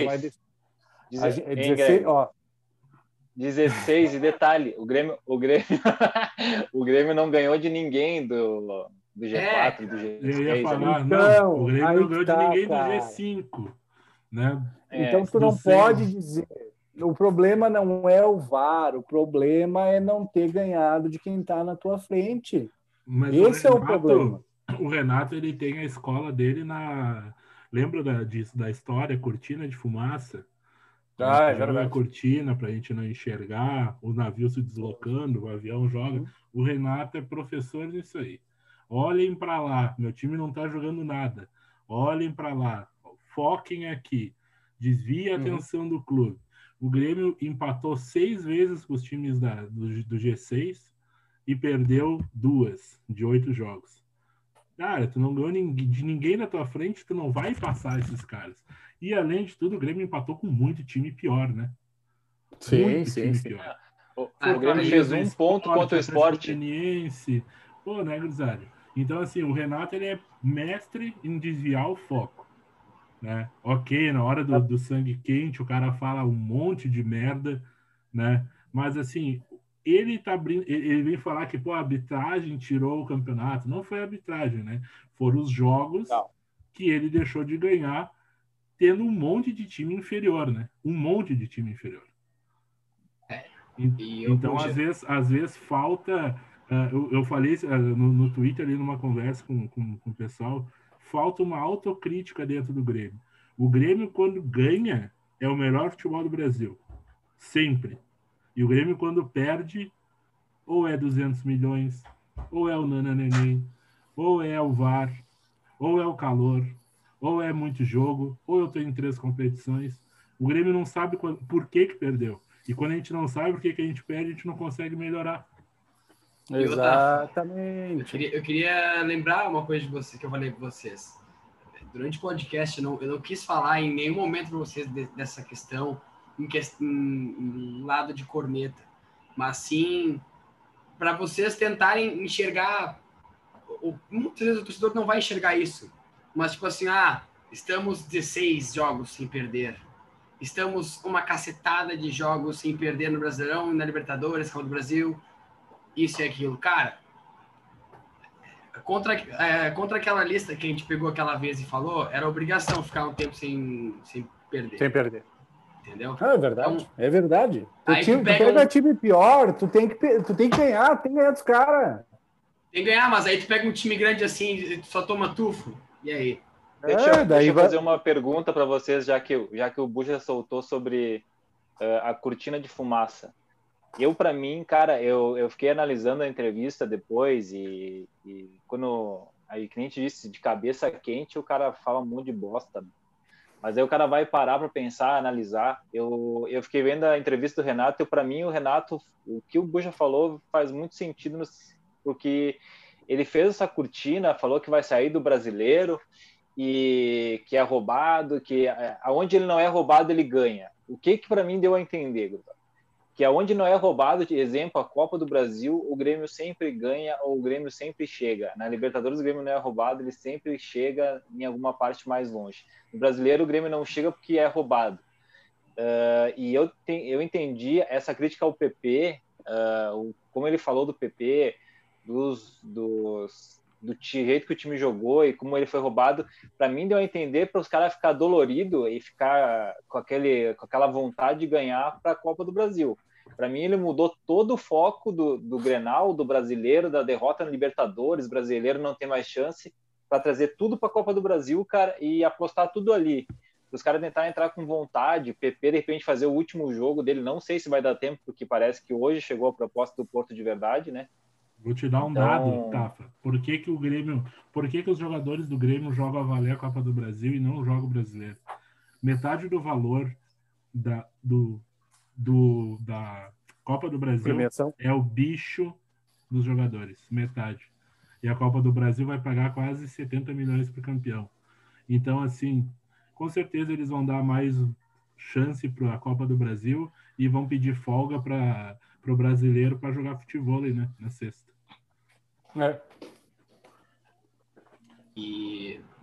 Speaker 6: 16, ó.
Speaker 4: 16, e detalhe, o Grêmio o Grêmio não ganhou de ninguém do G4, do G6.
Speaker 2: Eu ia falar,
Speaker 6: então,
Speaker 2: não, o Grêmio não ganhou de ninguém do G5, né?
Speaker 6: Então tu não pode dizer, o problema não é o VAR, o problema é não ter ganhado de quem está na tua frente.
Speaker 2: Mas
Speaker 6: esse é o problema.
Speaker 2: O Renato, ele tem a escola dele lembra da história, cortina de fumaça?
Speaker 6: É
Speaker 2: joga
Speaker 6: verdade.
Speaker 2: a cortina para a gente não enxergar, o navio se deslocando, o avião joga. O Renato é professor nisso aí. Olhem para lá, meu time não está jogando nada. Olhem para lá, foquem aqui, desvie a atenção do clube. O Grêmio empatou 6 vezes com os times do G6 e perdeu 2 de 8 jogos. Cara, tu não ganhou de ninguém na tua frente, tu não vai passar esses caras. E, além de tudo, o Grêmio empatou com muito time pior, né?
Speaker 6: Sim.
Speaker 2: Pior.
Speaker 4: O Grêmio fez um ponto contra o Sport.
Speaker 2: Pô, né, Grisalho? Então, assim, o Renato, ele é mestre em desviar o foco, né? Ok, na hora do sangue quente, o cara fala um monte de merda, né? Mas, assim, ele vem falar que, pô, a arbitragem tirou o campeonato. Não foi a arbitragem, né? Foram os jogos que ele deixou de ganhar tendo um monte de time inferior, né? Um monte de time inferior. Então, às vezes falta... eu falei no Twitter, ali numa conversa com o pessoal, falta uma autocrítica dentro do Grêmio. O Grêmio, quando ganha, é o melhor futebol do Brasil. Sempre. E o Grêmio, quando perde, ou é 200 milhões, ou é o Nana Neném, ou é o VAR, ou é o calor, ou é muito jogo, ou eu estou em 3 competições. O Grêmio não sabe por que perdeu. E quando a gente não sabe por que a gente perde, a gente não consegue melhorar.
Speaker 6: Exatamente.
Speaker 5: Eu queria lembrar uma coisa de você, que eu falei para vocês. Durante o podcast, eu não quis falar em nenhum momento para vocês dessa questão em lado de corneta, mas sim para vocês tentarem enxergar. Muitas vezes o torcedor não vai enxergar isso, mas tipo assim, estamos 16 jogos sem perder, estamos uma cacetada de jogos sem perder no Brasileirão, na Libertadores, Copa do Brasil, isso e aquilo. Cara, contra aquela lista que a gente pegou aquela vez e falou, era obrigação ficar um tempo sem perder.
Speaker 6: Sem perder.
Speaker 5: Entendeu?
Speaker 6: É verdade, então, é verdade. Tu
Speaker 5: pega
Speaker 6: time pior, tu tem que ganhar, tem que ganhar dos caras.
Speaker 5: Tem que ganhar, mas aí tu pega um time grande assim e tu só toma tufo. E aí?
Speaker 4: Deixa eu fazer uma pergunta para vocês, já que o Buja soltou sobre a cortina de fumaça. Para mim, cara, eu fiquei analisando a entrevista depois e quando aí o cliente disse de cabeça quente, o cara fala um monte de bosta. Mas aí o cara vai parar para pensar, analisar. Eu fiquei vendo a entrevista do Renato e, para mim, o Renato, o que o Buja falou faz muito sentido, porque ele fez essa cortina, falou que vai sair do Brasileiro e que é roubado, que aonde ele não é roubado, ele ganha. O que para mim deu a entender, Grupo? Que aonde não é roubado, de exemplo, a Copa do Brasil, o Grêmio sempre ganha ou o Grêmio sempre chega. Na Libertadores, o Grêmio não é roubado, ele sempre chega em alguma parte mais longe. No Brasileiro, o Grêmio não chega porque é roubado. E eu entendi essa crítica ao PP, como ele falou do PP, do jeito que o time jogou e como ele foi roubado, para mim deu a entender para os caras ficar dolorido e ficar com aquela vontade de ganhar para a Copa do Brasil. Para mim, ele mudou todo o foco do Grenal, do brasileiro, da derrota na Libertadores, brasileiro não tem mais chance, para trazer tudo para a Copa do Brasil, cara, e apostar tudo ali. Os caras tentarem entrar com vontade, PP, de repente, fazer o último jogo dele, não sei se vai dar tempo, porque parece que hoje chegou a proposta do Porto de verdade, né?
Speaker 2: Vou te dar um dado, Tafa. Por que os jogadores do Grêmio jogam a valer a Copa do Brasil e não jogam o brasileiro? Metade do valor da Copa do Brasil é o bicho dos jogadores, metade. E a Copa do Brasil vai pagar quase 70 milhões para o campeão. Então, assim, com certeza eles vão dar mais chance para a Copa do Brasil e vão pedir folga para o brasileiro para jogar futebol, né, na sexta.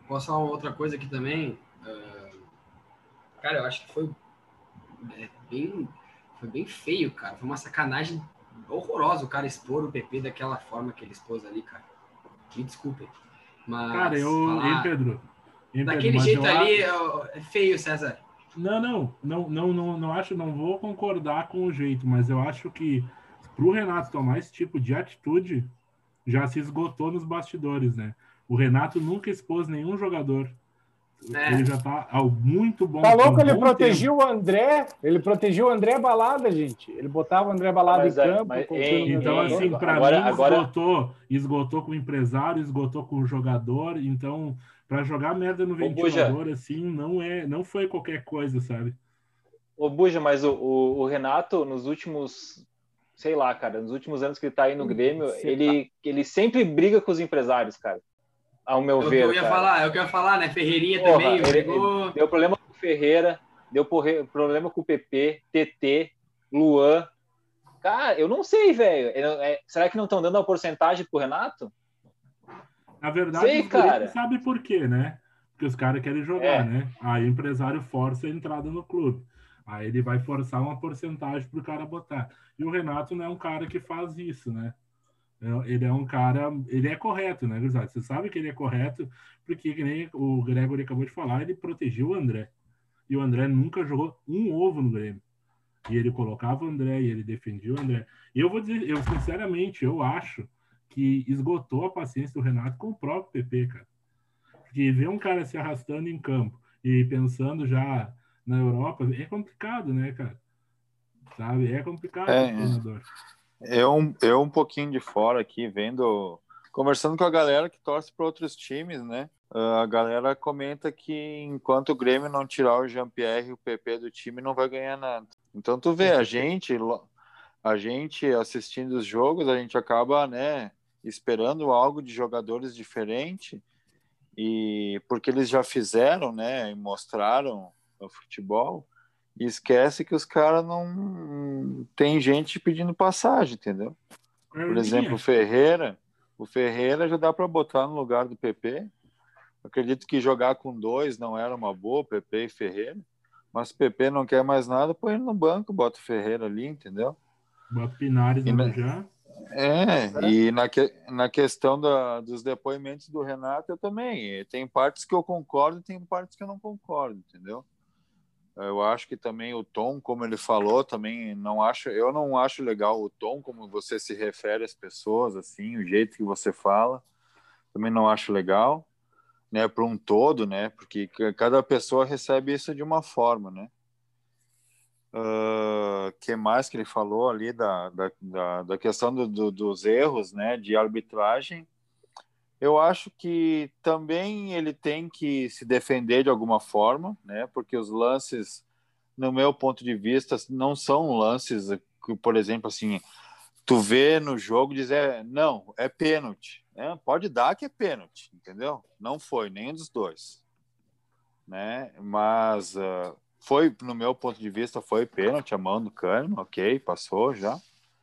Speaker 5: Posso falar uma outra coisa aqui também? Cara, eu acho que foi bem feio, cara. Foi uma sacanagem horrorosa o cara expor o PP daquela forma que ele expôs ali, cara. Me desculpem. Mas
Speaker 2: Cara,
Speaker 5: falar
Speaker 2: Pedro,
Speaker 5: daquele jeito ali é feio, César.
Speaker 2: Não acho, não vou concordar com o jeito, mas eu acho que pro Renato tomar esse tipo de atitude, já se esgotou nos bastidores, né? O Renato nunca expôs nenhum jogador. Ele já tá há muito bom
Speaker 6: tempo. Tá louco? Ele
Speaker 2: protegeu
Speaker 6: o André. Ele protegeu o André Balada, gente. Ele botava o André Balada em campo.
Speaker 2: Então, assim, para mim, esgotou com o empresário, esgotou com o jogador. Então, para jogar merda no ventilador, assim, não foi qualquer coisa, sabe?
Speaker 4: Ô, Buja, mas o Renato, nos últimos... Sei lá, cara, nos últimos anos que ele tá aí no Grêmio, ele sempre briga com os empresários, cara. Ao meu ver,
Speaker 5: eu ia falar, né? Ferreirinha também.
Speaker 4: Ele deu problema com o Ferreira, deu problema com o PP, TT, Luan. Cara, eu não sei, velho. Será que não estão dando a porcentagem pro Renato?
Speaker 2: Na verdade, cara, sabe por quê, né? Porque os caras querem jogar, né? Aí o empresário força a entrada no clube. Aí ele vai forçar uma porcentagem pro cara botar. E o Renato não é um cara que faz isso, né? Ele é um cara... Ele é correto, né, Grisado? Você sabe que ele é correto porque, que nem o Gregory acabou de falar, ele protegeu o André. E o André nunca jogou um ovo no Grêmio. E ele colocava o André e ele defendia o André. E eu vou dizer, sinceramente, eu acho que esgotou a paciência do Renato com o próprio PP, cara. Porque ver um cara se arrastando em campo e pensando já na Europa é complicado, né, cara? Sabe? É complicado o treinador.
Speaker 3: Eu um pouquinho de fora aqui, conversando com a galera que torce para outros times, né? A galera comenta que enquanto o Grêmio não tirar o Jean-Pierre e o PP do time, não vai ganhar nada. Então tu vê, a gente assistindo os jogos, a gente acaba, né, esperando algo de jogadores diferentes, e porque eles já fizeram, né, e mostraram o futebol, e esquece que os caras não... Tem gente pedindo passagem, entendeu? Por exemplo, o Ferreira já dá para botar no lugar do PP. Acredito que jogar com dois não era uma boa, PP e Ferreira. Mas o PP não quer mais nada, põe ele no banco, bota o Ferreira ali, entendeu?
Speaker 2: Bota o Pinares já.
Speaker 3: E na questão dos depoimentos do Renato, eu também. Tem partes que eu concordo e tem partes que eu não concordo, entendeu? Eu acho que também o tom, como ele falou, também eu não acho legal o tom, como você se refere às pessoas, assim, o jeito que você fala, também não acho legal, né, para um todo, né, porque cada pessoa recebe isso de uma forma, né. Que mais que ele falou ali da questão dos erros, né, de arbitragem? Eu acho que também ele tem que se defender de alguma forma, né? Porque os lances, no meu ponto de vista, não são lances que, por exemplo, assim, tu vê no jogo e dizer, não, é pênalti. Pode dar que é pênalti, entendeu? Não foi nenhum dos dois, né? Mas foi, no meu ponto de vista, foi pênalti, a mão do Kahneman, ok, passou já.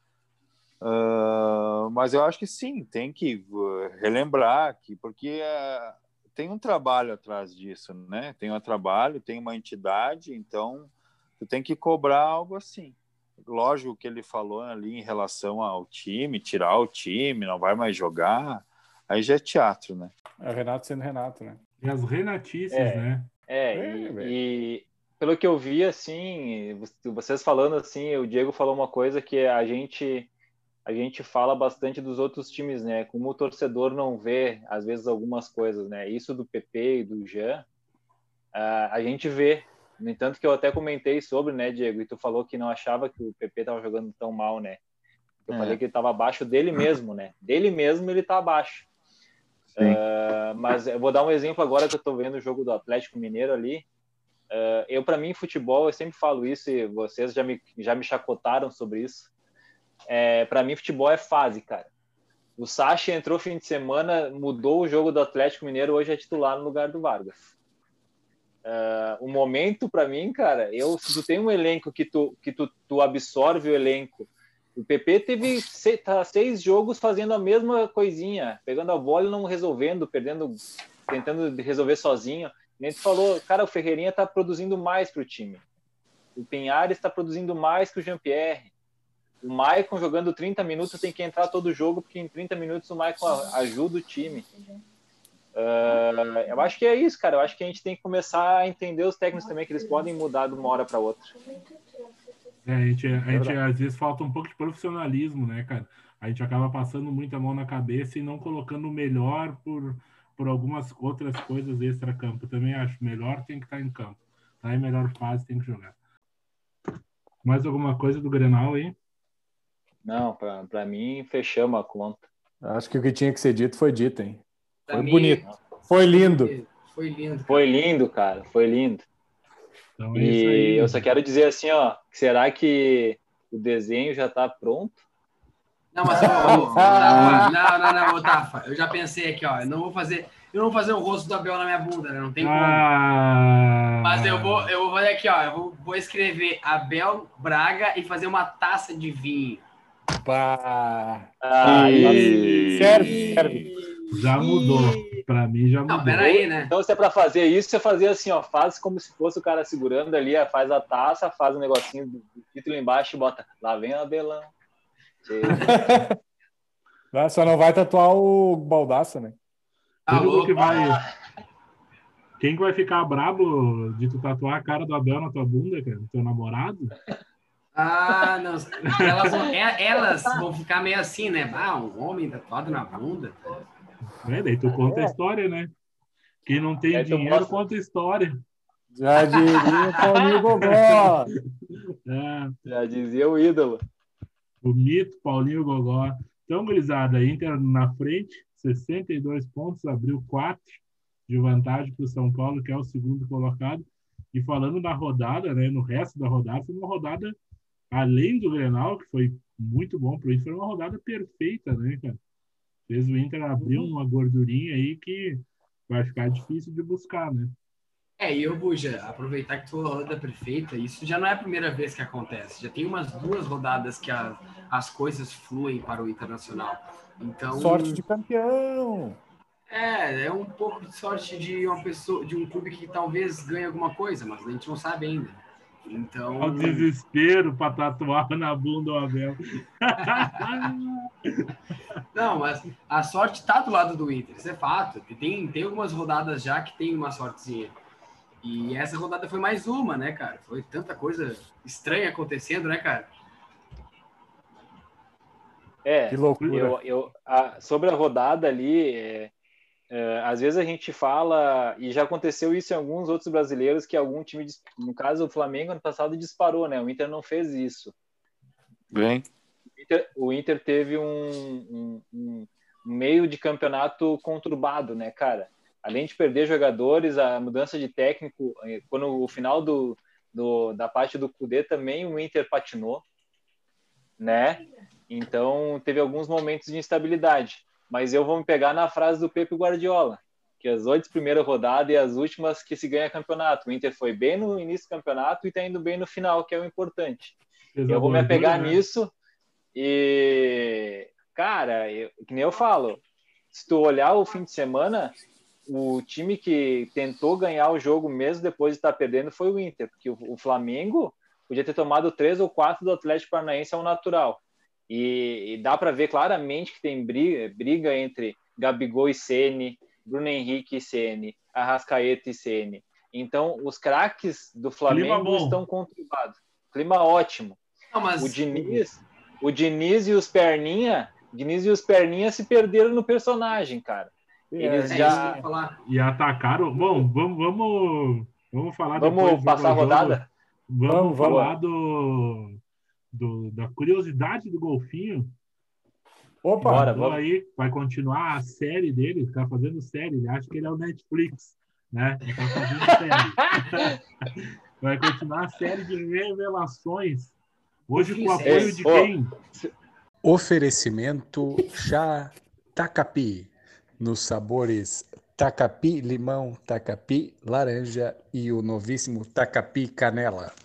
Speaker 3: Mas eu acho que sim, tem que relembrar porque tem um trabalho atrás disso, né? Tem um trabalho, tem uma entidade, então tu tem que cobrar algo assim. Lógico que ele falou ali em relação ao time, tirar o time, não vai mais jogar, aí já é teatro, né?
Speaker 6: É o Renato sendo Renato, né?
Speaker 2: E as renatices, né?
Speaker 4: E pelo que eu vi, assim, vocês falando assim, o Diego falou uma coisa que a gente fala bastante dos outros times, né? Como o torcedor não vê, às vezes, algumas coisas, né? Isso do PP e do Jean, a gente vê. No entanto, que eu até comentei sobre, né, Diego? E tu falou que não achava que o PP estava jogando tão mal, né? Eu falei que ele estava abaixo dele mesmo, né? Dele mesmo ele está abaixo. Mas eu vou dar um exemplo agora que eu estou vendo o jogo do Atlético Mineiro ali. Para mim, futebol, eu sempre falo isso e vocês já me chacotaram sobre isso. Para mim, futebol é fase, cara. O Sacha entrou fim de semana, mudou o jogo do Atlético Mineiro, hoje é titular no lugar do Vargas. O momento, para mim, cara, se tu tem um elenco que tu absorve o elenco, o PP teve 6 jogos fazendo a mesma coisinha, pegando a bola e não resolvendo, perdendo tentando resolver sozinho. E a gente falou, cara, o Ferreirinha está produzindo mais para o time. O Pinhares está produzindo mais que o Jean-Pierre. O Maicon jogando 30 minutos tem que entrar todo o jogo, porque em 30 minutos o Maicon ajuda o time. Eu acho que é isso, cara. Eu acho que a gente tem que começar a entender os técnicos também, que eles podem mudar de uma hora para outra.
Speaker 2: A gente às vezes falta um pouco de profissionalismo, né, cara? A gente acaba passando muita mão na cabeça e não colocando o melhor por algumas outras coisas extra-campo. Também acho, melhor tem que estar em campo. Tá em melhor fase, tem que jogar. Mais alguma coisa do Grenal aí?
Speaker 4: Não, para mim, fechamos a conta.
Speaker 6: Acho que o que tinha que ser dito foi dito, hein?
Speaker 5: Pra
Speaker 6: Foi
Speaker 5: mim,
Speaker 6: bonito. Foi lindo.
Speaker 5: Foi lindo.
Speaker 4: Foi lindo, cara. Foi lindo.
Speaker 2: Então é isso aí.
Speaker 4: Eu só quero dizer assim, ó, será que o desenho já tá pronto?
Speaker 5: Não, mas Tafa, Tafa, eu já pensei aqui, ó, eu não vou fazer o rosto do Abel na minha bunda, né? Não tem como. Mas eu vou fazer aqui, ó, eu vou escrever Abel Braga e fazer uma taça de vinho.
Speaker 6: Serve.
Speaker 2: Já mudou. Pra mim já mudou.
Speaker 5: Não, peraí, né?
Speaker 4: Então, se é pra fazer isso, você fazer assim, ó, faz como se fosse o cara segurando ali, faz a taça, faz um negocinho do título embaixo e bota, lá vem o Abelão.
Speaker 6: Só não vai tatuar o Baldaça, né?
Speaker 2: Quem que vai ficar brabo de tu tatuar a cara do Abel na tua bunda, cara? Teu namorado?
Speaker 5: Ah, não. Elas vão ficar meio assim, né? Um homem tatuado na bunda.
Speaker 2: Daí tu conta a história, né? Quem não tem dinheiro conta a história.
Speaker 6: Já diria o Paulinho Gogó.
Speaker 4: Já dizia o ídolo.
Speaker 2: O mito Paulinho Gogó. Então, gurizada, Inter na frente, 62 pontos, abriu 4 de vantagem para o São Paulo, que é o segundo colocado. E falando na rodada, né, no resto da rodada, foi uma rodada, além do Grenal, que foi muito bom para o Inter, foi uma rodada perfeita, né, cara? Fez o Inter abrir uma gordurinha aí que vai ficar difícil de buscar, né?
Speaker 5: E eu, Buja, aproveitar que tua rodada perfeita, isso já não é a primeira vez que acontece. Já tem umas 2 rodadas que as coisas fluem para o Internacional. Então,
Speaker 6: sorte de campeão!
Speaker 5: É um pouco de sorte de uma pessoa, de um clube que talvez ganhe alguma coisa, mas a gente não sabe ainda. Então...
Speaker 2: O desespero para tatuar na bunda o Abel.
Speaker 5: Não, mas a sorte está do lado do Inter, isso é fato. Tem algumas rodadas já que tem uma sortezinha. E essa rodada foi mais uma, né, cara? Foi tanta coisa estranha acontecendo, né, cara?
Speaker 6: Que loucura.
Speaker 4: Sobre a rodada ali, às vezes a gente fala, e já aconteceu isso em alguns outros brasileiros, que algum time, no caso o Flamengo, ano passado disparou, né? O Inter não fez isso.
Speaker 3: Bem.
Speaker 4: O Inter teve um meio de campeonato conturbado, né, cara? Além de perder jogadores, a mudança de técnico, quando o final da parte do Cudê também o Inter patinou, né? Então teve alguns momentos de instabilidade. Mas eu vou me pegar na frase do Pepe Guardiola, que as 8 primeiras rodadas e as últimas que se ganha campeonato. O Inter foi bem no início do campeonato e está indo bem no final, que é o importante. Eu vou me apegar nisso e, cara, que nem eu falo, se tu olhar o fim de semana, o time que tentou ganhar o jogo mesmo depois de estar perdendo foi o Inter, porque o Flamengo podia ter tomado 3 ou 4 do Atlético Paranaense ao natural. E dá para ver claramente que tem briga entre Gabigol e Ceni, Bruno Henrique e Ceni, Arrascaeta e Ceni. Então, os craques do Flamengo estão conturbados. Clima ótimo.
Speaker 5: Não, mas...
Speaker 4: O Diniz e os Perninha se perderam no personagem, cara. Eles já...
Speaker 2: E atacaram... Bom, vamos falar depois.
Speaker 4: Vamos passar a rodada?
Speaker 2: Vamos falar da curiosidade do Golfinho.
Speaker 6: Opa!
Speaker 2: Bora. Aí vai continuar a série dele, tá fazendo série. Ele acha que ele é o Netflix, né? Ele tá fazendo série. Vai continuar a série de revelações. Hoje com o apoio de quem?
Speaker 7: Oferecimento Chá Tacapi, nos sabores Tacapi Limão, Tacapi Laranja e o novíssimo Tacapi Canela.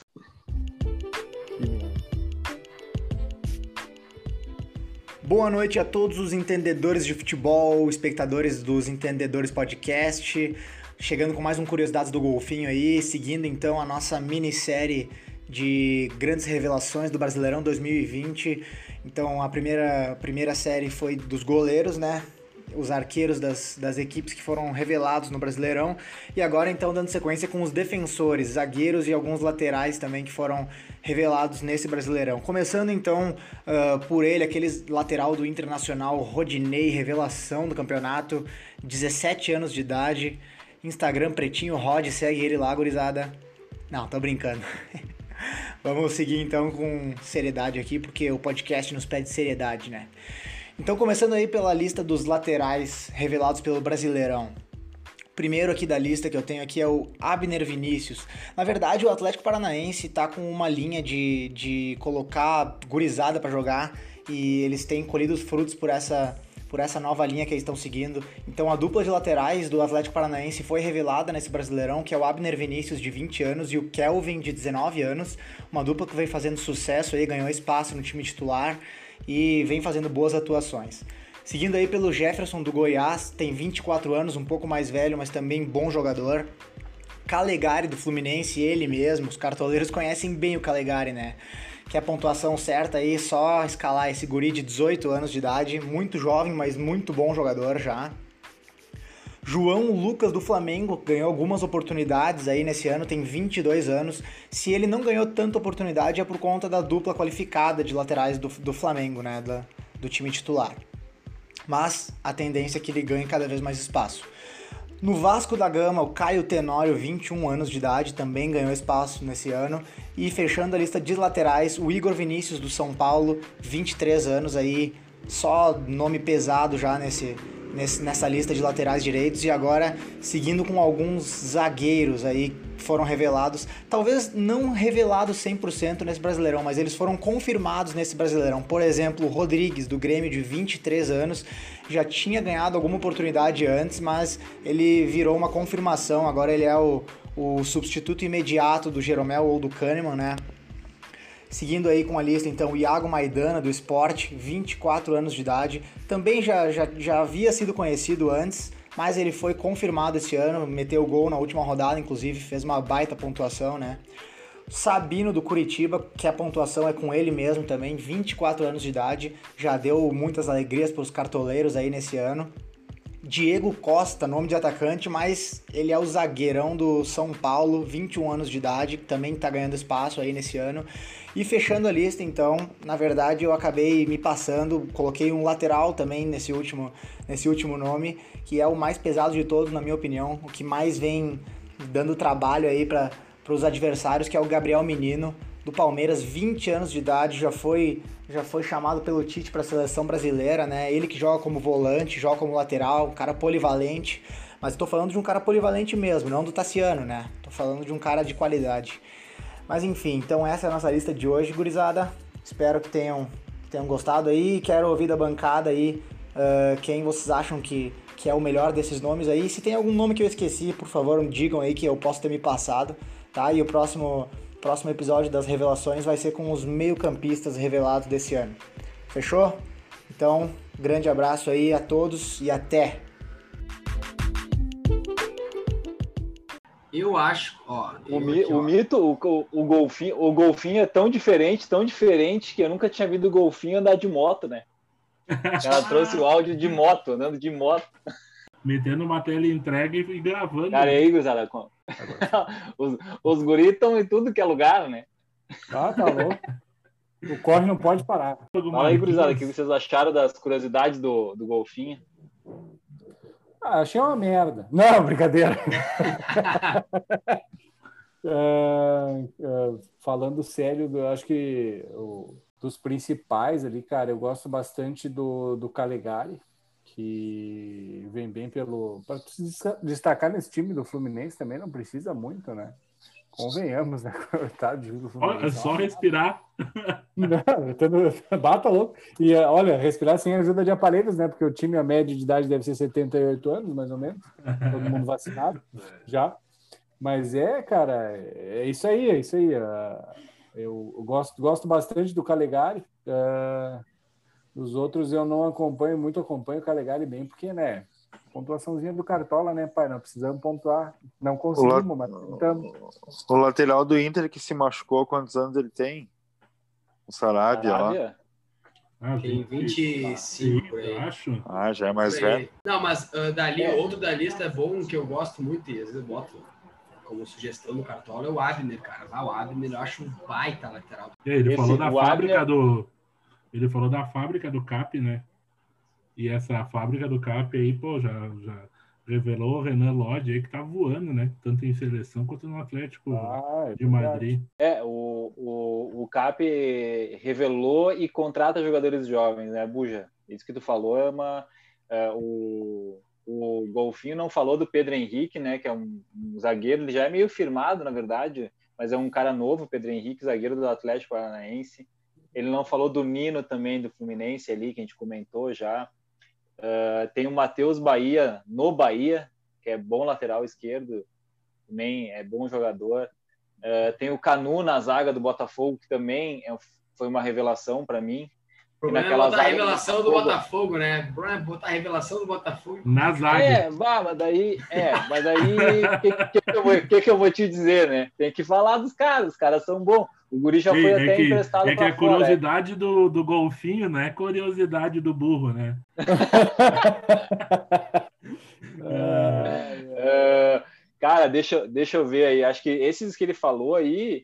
Speaker 8: Boa noite a todos os entendedores de futebol, espectadores dos Entendedores Podcast. Chegando com mais um Curiosidades do Golfinho aí, seguindo então a nossa minissérie de grandes revelações do Brasileirão 2020. Então a primeira série foi dos goleiros, né? Os arqueiros das equipes que foram revelados no Brasileirão. E agora então dando sequência com os defensores, zagueiros e alguns laterais também que foram revelados nesse Brasileirão. Começando então por ele, aquele lateral do Internacional, Rodinei, revelação do campeonato, 17 anos de idade, Instagram Pretinho Rod, segue ele lá, gurizada. Não, tô brincando. Vamos seguir então com seriedade aqui, porque o podcast nos pede seriedade, né? Então, começando aí pela lista dos laterais revelados pelo Brasileirão. Primeiro aqui da lista que eu tenho aqui é o Abner Vinícius. Na verdade, o Atlético Paranaense tá com uma linha de colocar gurizada para jogar e eles têm colhido os frutos por essa nova linha que eles estão seguindo. Então, a dupla de laterais do Atlético Paranaense foi revelada nesse Brasileirão, que é o Abner Vinícius, de 20 anos, e o Kelvin, de 19 anos. Uma dupla que vem fazendo sucesso aí, ganhou espaço no time titular e vem fazendo boas atuações. Seguindo aí pelo Jefferson do Goiás, tem 24 anos, um pouco mais velho, mas também bom jogador. Calegari do Fluminense, ele mesmo, os cartoleiros conhecem bem o Calegari, né? Que é a pontuação certa aí, só escalar esse guri de 18 anos de idade, muito jovem, mas muito bom jogador já. João Lucas do Flamengo ganhou algumas oportunidades aí nesse ano, tem 22 anos. Se ele não ganhou tanta oportunidade é por conta da dupla qualificada de laterais do Flamengo, né, do time titular. Mas a tendência é que ele ganhe cada vez mais espaço. No Vasco da Gama, o Caio Tenório, 21 anos de idade, também ganhou espaço nesse ano. E fechando a lista de laterais, o Igor Vinícius do São Paulo, 23 anos aí, só nome pesado já nessa lista de laterais direitos. E agora seguindo com alguns zagueiros aí que foram revelados, talvez não revelados 100% nesse Brasileirão, mas eles foram confirmados nesse Brasileirão. Por exemplo, o Rodrigues do Grêmio, de 23 anos, já tinha ganhado alguma oportunidade antes, mas ele virou uma confirmação, agora ele é o substituto imediato do Jeromel ou do Kahneman, né? Seguindo aí com a lista, então, o Iago Maidana, do Sport, 24 anos de idade. Também já havia sido conhecido antes, mas ele foi confirmado esse ano, meteu gol na última rodada, inclusive, fez uma baita pontuação, né? Sabino, do Curitiba, que a pontuação é com ele mesmo também, 24 anos de idade, já deu muitas alegrias para os cartoleiros aí nesse ano. Diego Costa, nome de atacante, mas ele é o zagueirão do São Paulo, 21 anos de idade, que também está ganhando espaço aí nesse ano. E fechando a lista, então, na verdade eu acabei me passando, coloquei um lateral também nesse último nome, que é o mais pesado de todos, na minha opinião, o que mais vem dando trabalho aí para os adversários, que é o Gabriel Menino, do Palmeiras, 20 anos de idade, já foi chamado pelo Tite para a seleção brasileira, né? Ele que joga como volante, joga como lateral, um cara polivalente, mas estou falando de um cara polivalente mesmo, não do Tassiano, né? Estou falando de um cara de qualidade. Mas enfim, então essa é a nossa lista de hoje, gurizada. Espero que tenham gostado aí. Quero ouvir da bancada aí quem vocês acham que é o melhor desses nomes aí. Se tem algum nome que eu esqueci, por favor, me digam aí que eu posso ter me passado, tá? E o próximo episódio das revelações vai ser com os meio-campistas revelados desse ano. Fechou? Então, grande abraço aí a todos e até!
Speaker 5: Eu acho, ó...
Speaker 4: O mito, o golfinho é tão diferente, que eu nunca tinha visto o golfinho andar de moto, né? Ela trouxe o áudio de moto, andando de moto.
Speaker 2: Metendo uma tela entrega e gravando.
Speaker 4: Cara, aí, Guzara, os guris estão em tudo que é lugar, né?
Speaker 6: Tá louco. O corre não pode parar.
Speaker 4: Fala aí, gurizada, o que vocês acharam das curiosidades do golfinho?
Speaker 6: Achei uma merda. Não, brincadeira. Falando sério, eu acho que dos principais ali, cara, eu gosto bastante do Calegari, que vem bem para se destacar nesse time do Fluminense também, não precisa muito, né? Convenhamos, né? Coitado do Fluminense.
Speaker 2: É só respirar.
Speaker 6: Não, bata louco. E olha, respirar sem ajuda de aparelhos, né? Porque o time, a média de idade deve ser 78 anos, mais ou menos. Todo mundo vacinado já. Mas cara, é isso aí. Eu gosto bastante do Calegari. Os outros eu não acompanho o Calegari bem, porque, né? Pontuaçãozinha do Cartola, né, pai? Não precisamos pontuar. Não conseguimos, mas tentamos.
Speaker 3: O lateral do Inter que se machucou, quantos anos ele tem? O Sarabia lá.
Speaker 5: Tem 25,
Speaker 2: eu acho.
Speaker 3: Já é mais velho.
Speaker 5: Não, mas outro da lista é bom, que eu gosto muito, e às vezes eu boto como sugestão no Cartola, é o Abner, cara. O Abner eu acho um baita lateral.
Speaker 2: Ele falou da fábrica Ele falou da fábrica do CAP, né? E essa fábrica do CAP aí, pô, já revelou o Renan Lodge aí que tá voando, né? Tanto em seleção quanto no Atlético de Madrid.
Speaker 4: O CAP revelou e contrata jogadores jovens, né, Buja? Isso que tu falou o Golfinho não falou do Pedro Henrique, né? Que é um zagueiro, ele já é meio firmado, na verdade, mas é um cara novo, Pedro Henrique, zagueiro do Atlético Paranaense. Ele não falou do Nino também, do Fluminense ali, que a gente comentou já. Tem o Matheus Bahia, no Bahia, que é bom lateral esquerdo, também é bom jogador. Tem o Canu na zaga do Botafogo, que também foi uma revelação para mim.
Speaker 5: O problema é botar a revelação do Botafogo, né? Botar a revelação do Botafogo.
Speaker 2: Na zaga.
Speaker 4: Mas daí o que eu vou te dizer, né? Tem que falar dos caras, os caras são bons. O guri já foi até emprestado para fora.
Speaker 2: É que a curiosidade do golfinho, não é curiosidade do burro, né?
Speaker 4: Cara, deixa eu ver aí. Acho que esses que ele falou aí,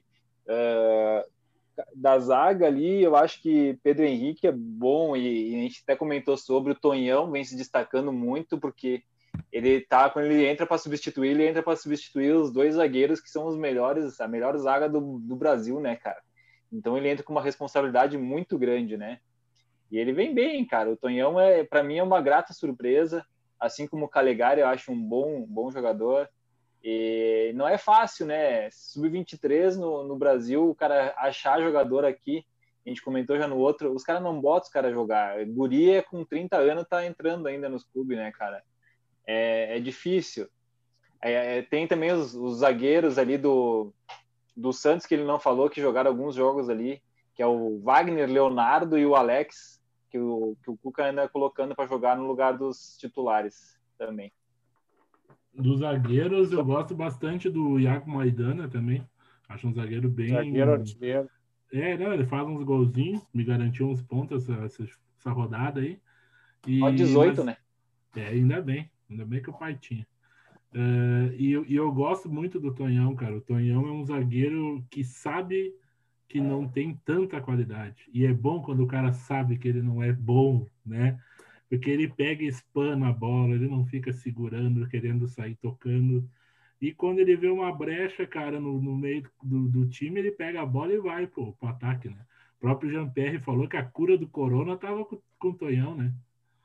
Speaker 4: da zaga ali, eu acho que Pedro Henrique é bom, e a gente até comentou sobre o Tonhão, vem se destacando muito, porque quando ele entra para substituir, ele entra para substituir os dois zagueiros que são a melhor zaga do Brasil, né, cara? Então ele entra com uma responsabilidade muito grande, né? E ele vem bem, cara. O Tonhão, para mim, é uma grata surpresa, assim como o Calegari, eu acho um bom jogador. E não é fácil, né? Sub-23 no Brasil, o cara achar jogador aqui, a gente comentou já no outro, os caras não botam os caras jogar. Guri com 30 anos tá entrando ainda nos clubes, né, cara? É difícil. Tem também os zagueiros ali do Santos, que ele não falou, que jogaram alguns jogos ali, que é o Wagner, Leonardo e o Alex, que o Cuca anda colocando para jogar no lugar dos titulares também.
Speaker 2: Dos zagueiros, eu gosto bastante do Iago Maidana também. Acho um zagueiro bem...
Speaker 6: Zagueiro artilheiro.
Speaker 2: Ele faz uns golzinhos, me garantiu uns pontos essa rodada aí.
Speaker 4: Ó, 18, né?
Speaker 2: Ainda bem que o pai tinha. E eu gosto muito do Tonhão, cara. O Tonhão é um zagueiro que sabe que não tem tanta qualidade. E é bom quando o cara sabe que ele não é bom, né? Porque ele pega e espana a bola, ele não fica segurando, querendo sair tocando. E quando ele vê uma brecha, cara, no meio do time, ele pega a bola e vai pro ataque, né? O próprio Jean-Pierre falou que a cura do Corona tava com o Tonhão, né?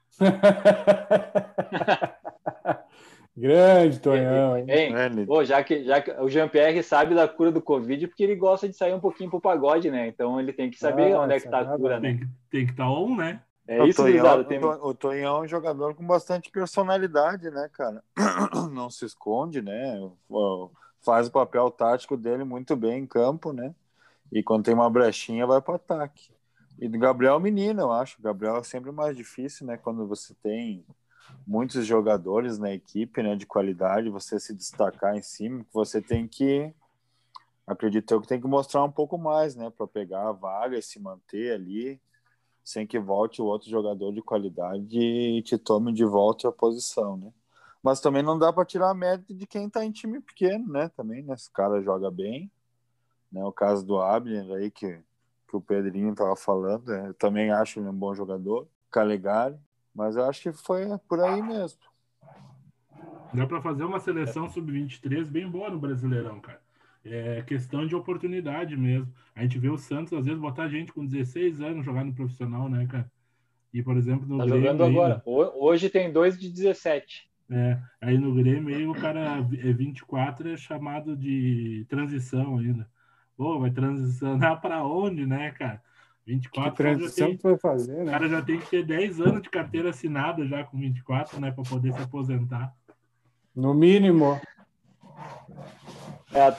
Speaker 6: Grande Tonhão, hein?
Speaker 4: Já que o Jean-Pierre sabe da cura do Covid, porque ele gosta de sair um pouquinho pro pagode, né? Então ele tem que saber onde é que tá a cura, né?
Speaker 2: Tem que estar on, né?
Speaker 3: O Tonhão é um jogador com bastante personalidade, né, cara? Não se esconde, né? Faz o papel tático dele muito bem em campo, né? E quando tem uma brechinha, vai para o ataque. E do Gabriel Menino, eu acho. O Gabriel é sempre mais difícil, né? Quando você tem muitos jogadores na equipe, né, de qualidade, você se destacar em cima, você tem que... Acredito eu que tem que mostrar um pouco mais, né? Para pegar a vaga e se manter ali, sem que volte o outro jogador de qualidade e te tome de volta a posição, né? Mas também não dá para tirar mérito de quem tá em time pequeno, né? Também, né? Esse cara joga bem, né? O caso do Abner aí, que o Pedrinho tava falando, eu também acho ele um bom jogador, Calegari, mas eu acho que foi por aí mesmo.
Speaker 2: Dá para fazer uma seleção sub-23 bem boa no Brasileirão, cara. É questão de oportunidade mesmo. A gente vê o Santos, às vezes, botar gente com 16 anos jogar no profissional, né, cara? E, por exemplo, no Grêmio...
Speaker 4: Tá jogando agora. Hoje tem 2 de 17.
Speaker 2: Aí no Grêmio, aí, o cara 24 é chamado de transição ainda. Pô, vai transicionar para onde, né, cara? 24
Speaker 6: que transição que vai fazer, né?
Speaker 2: O cara já tem que ter 10 anos de carteira assinada já com 24, né, para poder se aposentar.
Speaker 6: No mínimo.
Speaker 4: É a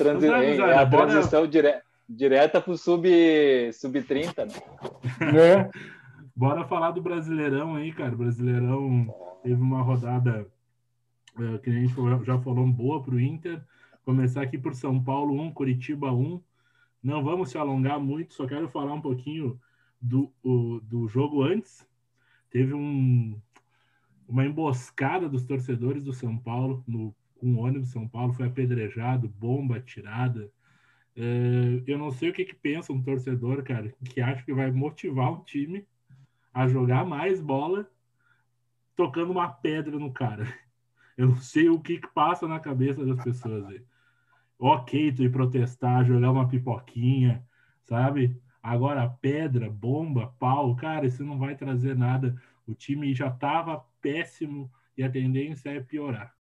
Speaker 4: transição direta pro sub-30, né?
Speaker 2: Bora falar do Brasileirão aí, cara. O Brasileirão teve uma rodada que a gente já falou boa pro Inter. Começar aqui por São Paulo 1, Curitiba 1. Não vamos se alongar muito, só quero falar um pouquinho do jogo antes. Teve uma emboscada dos torcedores do São Paulo, um ônibus São Paulo foi apedrejado, bomba atirada. Eu não sei o que pensa um torcedor, cara, que acha que vai motivar o time a jogar mais bola tocando uma pedra no cara. Eu não sei o que passa na cabeça das pessoas aí. Ok, tu ir protestar, jogar uma pipoquinha, sabe? Agora, pedra, bomba, pau, cara, isso não vai trazer nada. O time já estava péssimo e a tendência é piorar.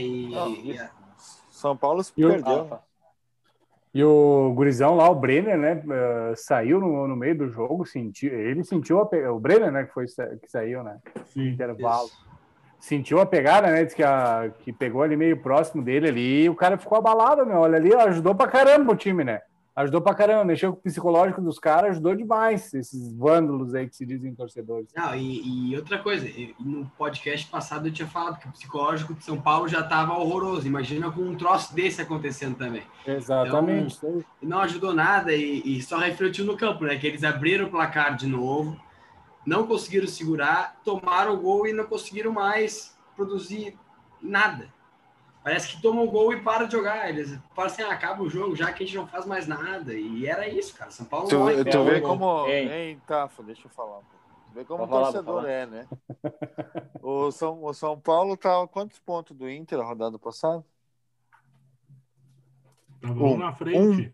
Speaker 3: São Paulo se perdeu.
Speaker 6: E o gurizão lá, o Brenner, né, saiu no meio do jogo, ele sentiu o Brenner, né, que saiu, né, no intervalo. Isso. Sentiu a pegada, né, disse que pegou ali meio próximo dele ali, e o cara ficou abalado, meu, olha ali, ajudou pra caramba o time, né, ajudou pra caramba, mexeu com o psicológico dos caras, ajudou demais, esses vândalos aí que se dizem torcedores.
Speaker 5: Não, e outra coisa, no podcast passado eu tinha falado que o psicológico de São Paulo já estava horroroso, imagina com um troço desse acontecendo também.
Speaker 6: Exatamente.
Speaker 5: Então, não ajudou nada e só refletiu no campo, né, que eles abriram o placar de novo, não conseguiram segurar, tomaram o gol e não conseguiram mais produzir nada. Parece que tomam o gol e param de jogar. Eles falam assim, acaba o jogo, já que a gente não faz mais nada. E era isso, cara. São Paulo morre.
Speaker 3: Tu vê como... Hein, Tafa, deixa eu falar um pouco. Tu vê como o torcedor é, né? O São Paulo tá a quantos pontos do Inter a rodada passada?
Speaker 2: Tava na frente.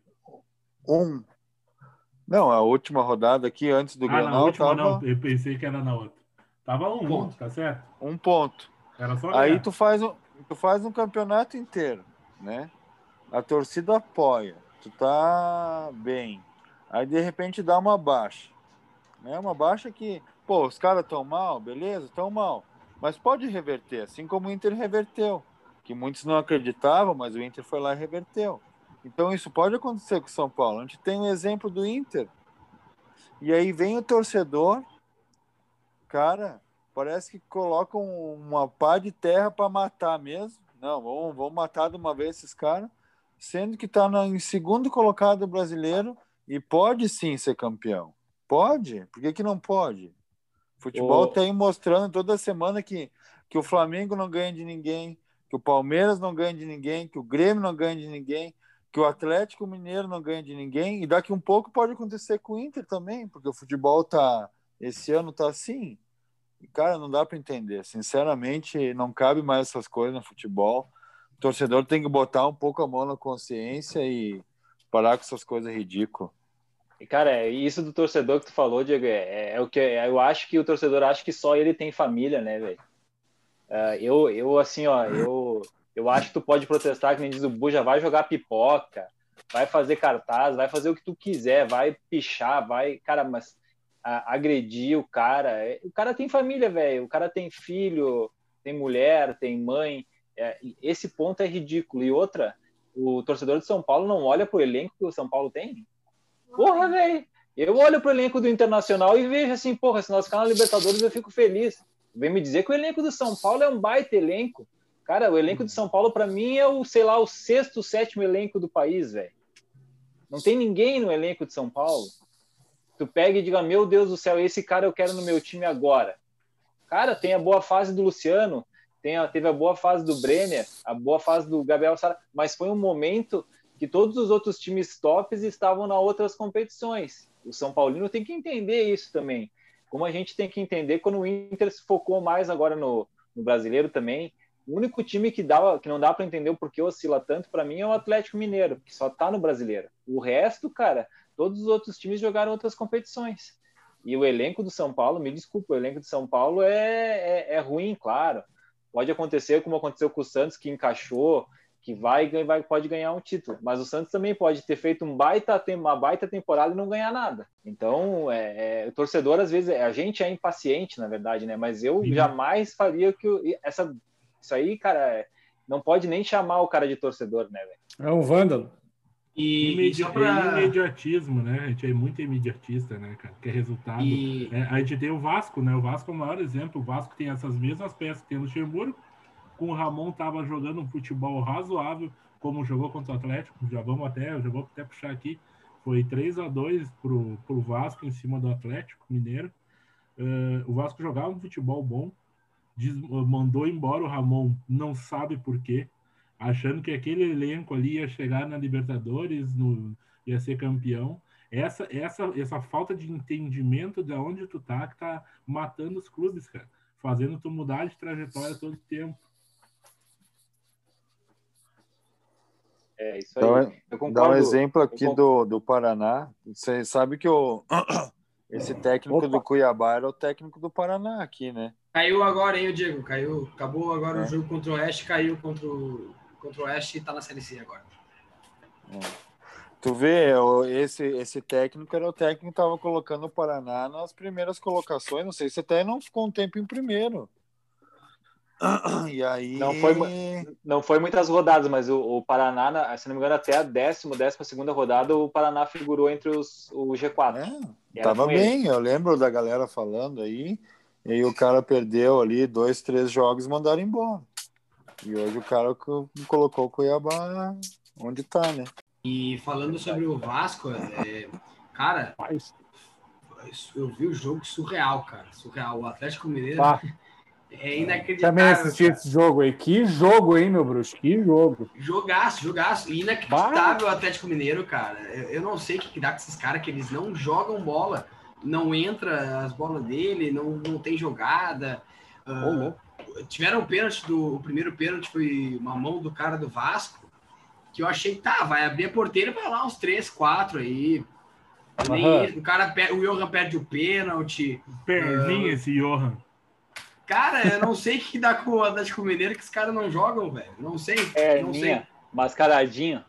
Speaker 3: Não, a última rodada aqui, antes do Grenal...
Speaker 2: na última não, eu pensei que era na outra. Tava um ponto, tá certo?
Speaker 3: Um ponto.
Speaker 2: Era só
Speaker 3: aí tu faz um campeonato inteiro, né? A torcida apoia, tu tá bem. Aí, de repente, dá uma baixa. Né? Uma baixa que, os caras estão mal, beleza, estão mal. Mas pode reverter, assim como o Inter reverteu. Que muitos não acreditavam, mas o Inter foi lá e reverteu. Então, isso pode acontecer com o São Paulo. A gente tem um exemplo do Inter. E aí vem o torcedor, cara, parece que colocam uma pá de terra para matar mesmo. Não, vamos matar de uma vez esses caras, sendo que está em segundo colocado brasileiro e pode sim ser campeão. Pode? Por que não pode? Futebol tá aí mostrando toda semana que o Flamengo não ganha de ninguém, que o Palmeiras não ganha de ninguém, que o Grêmio não ganha de ninguém, que o Atlético Mineiro não ganha de ninguém, e daqui um pouco pode acontecer com o Inter também, porque o futebol esse ano tá assim. Cara, não dá para entender. Sinceramente, não cabe mais essas coisas no futebol. O torcedor tem que botar um pouco a mão na consciência e parar com essas coisas ridículas.
Speaker 4: E, cara, isso do torcedor que tu falou, Diego, é o que eu acho que o torcedor acha que só ele tem família, né, velho? Eu acho que tu pode protestar, que nem diz o Buja, vai jogar pipoca, vai fazer cartaz, vai fazer o que tu quiser, vai pichar, cara, mas agredir o cara tem família, velho, o cara tem filho, tem mulher, tem mãe, esse ponto é ridículo. E outra, o torcedor de São Paulo não olha pro elenco que o São Paulo tem? Porra, velho, eu olho pro elenco do Internacional e vejo assim, porra, se nós ficar na Libertadores eu fico feliz. Vem me dizer que o elenco do São Paulo é um baita elenco. Cara, o elenco de São Paulo, para mim, é o 6º, 7º elenco do país, velho. Não tem ninguém no elenco de São Paulo. Tu pega e diga, meu Deus do céu, esse cara eu quero no meu time agora. Cara, tem a boa fase do Luciano, teve a boa fase do Brenner, a boa fase do Gabriel Sara, mas foi um momento que todos os outros times tops estavam nas outras competições. O São Paulino tem que entender isso também. Como a gente tem que entender quando o Inter se focou mais agora no brasileiro também. O único time que não dá para entender o porquê oscila tanto, para mim, é o Atlético Mineiro, que só tá no brasileiro. O resto, cara, todos os outros times jogaram outras competições. E o elenco do São Paulo, me desculpa, o elenco do São Paulo é ruim, claro. Pode acontecer como aconteceu com o Santos, que encaixou, que pode ganhar um título. Mas o Santos também pode ter feito uma baita temporada e não ganhar nada. Então, o torcedor, às vezes, a gente é impaciente, na verdade, né? Mas eu jamais faria isso aí, cara, não pode nem chamar o cara de torcedor, né, velho?
Speaker 6: É um vândalo.
Speaker 5: E só pra...
Speaker 2: imediatismo, né? A gente é muito imediatista, né, cara? Que é resultado. A gente tem o Vasco, né? O Vasco é o maior exemplo. O Vasco tem essas mesmas peças que tem no Luxemburgo. Com o Ramon tava jogando um futebol razoável, como jogou contra o Atlético. Já vou até puxar aqui. Foi 3-2 pro Vasco em cima do Atlético Mineiro. O Vasco jogava um futebol bom. Mandou embora o Ramon, não sabe por quê. Achando que aquele elenco ali ia chegar na Libertadores, ia ser campeão. Essa falta de entendimento de onde tu tá, que tá matando os clubes, cara. Fazendo tu mudar de trajetória todo o tempo.
Speaker 4: É isso aí. Eu concordo.
Speaker 3: Dá um exemplo aqui do Paraná. Você sabe que esse técnico do Cuiabá era o técnico do Paraná aqui, né?
Speaker 5: Caiu agora, hein, o Diego? Caiu. Acabou agora o jogo contra o Oeste, caiu contra o Oeste e tá na Série C agora.
Speaker 3: Tu vê, esse técnico era o técnico que estava colocando o Paraná nas primeiras colocações. Não sei se até não ficou um tempo em primeiro. E aí...
Speaker 4: Não foi muitas rodadas, mas o Paraná, se não me engano, até a 12ª rodada, o Paraná figurou entre o G4.
Speaker 3: Tava bem, eu lembro da galera falando aí. E aí o cara perdeu ali 2, 3 jogos e mandaram embora. E hoje o cara colocou o Cuiabá onde tá, né?
Speaker 5: E falando sobre o Vasco, cara, eu vi o jogo surreal, cara. Surreal. O Atlético Mineiro é inacreditável.
Speaker 6: Também assisti esse jogo aí. Que jogo, hein, meu bruxo? Que jogo.
Speaker 5: Jogaço. Inacreditável o Atlético Mineiro, cara. Eu não sei o que dá com esses caras, que eles não jogam bola. Não entra as bolas dele, não tem jogada. Tiveram um pênalti, o primeiro pênalti foi uma mão do cara do Vasco, que eu achei que vai abrir a porteira para lá uns 3, 4 aí. O Johan perde o pênalti.
Speaker 2: Perninha esse Johan.
Speaker 5: Cara, eu não sei o que dá com o Atlético Mineiro, que os caras não jogam, velho. Não sei. Não sei.
Speaker 4: Mascaradinho.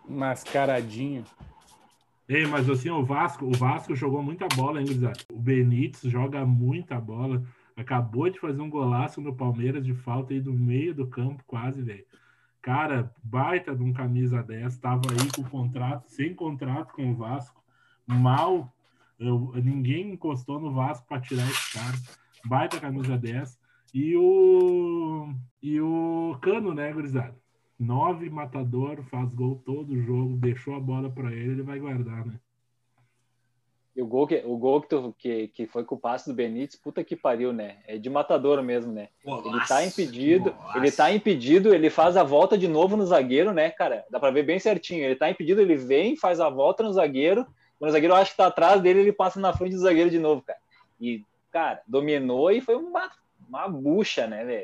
Speaker 2: Ei, mas assim, o Vasco jogou muita bola, hein, gurizada? O Benítez joga muita bola. Acabou de fazer um golaço no Palmeiras de falta aí do meio do campo, quase, velho. Cara, baita de um camisa 10, tava aí sem contrato com o Vasco. Mal, ninguém encostou no Vasco para tirar esse cara. Baita camisa 10. E o Cano, né, gurizada? 9 matador, faz gol todo jogo, deixou a bola para ele vai guardar, né?
Speaker 4: E o gol que foi com o passe do Benítez, puta que pariu, né? É de matador mesmo, né? Ele tá impedido, ele faz a volta de novo no zagueiro, né, cara? Dá pra ver bem certinho. Ele tá impedido, ele vem, faz a volta no zagueiro. Quando o zagueiro acha que tá atrás dele, ele passa na frente do zagueiro de novo, cara. E, cara, dominou e foi uma bucha, né, velho?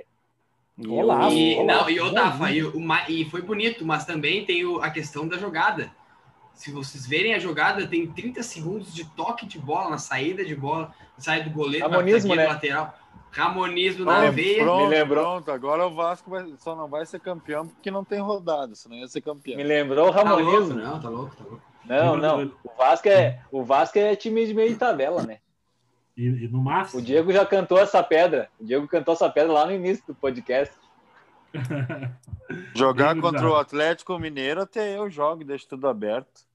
Speaker 5: E foi bonito, mas também tem a questão da jogada. Se vocês verem a jogada, tem 30 segundos de toque de bola, na saída de bola, na saída do goleiro,
Speaker 4: Ramonismo, né?
Speaker 5: lateral. Ramonismo na veia.
Speaker 3: Pronto, agora o Vasco só não vai ser campeão porque não tem rodada, senão ia ser campeão.
Speaker 4: Me lembrou o Ramonismo.
Speaker 5: Tá louco.
Speaker 4: Não. O Vasco é time de meio de tabela, né?
Speaker 2: E no máximo.
Speaker 4: O Diego já cantou essa pedra. O Diego cantou essa pedra lá no início do podcast.
Speaker 3: Jogar contra o Atlético Mineiro, até eu jogo, deixo tudo aberto.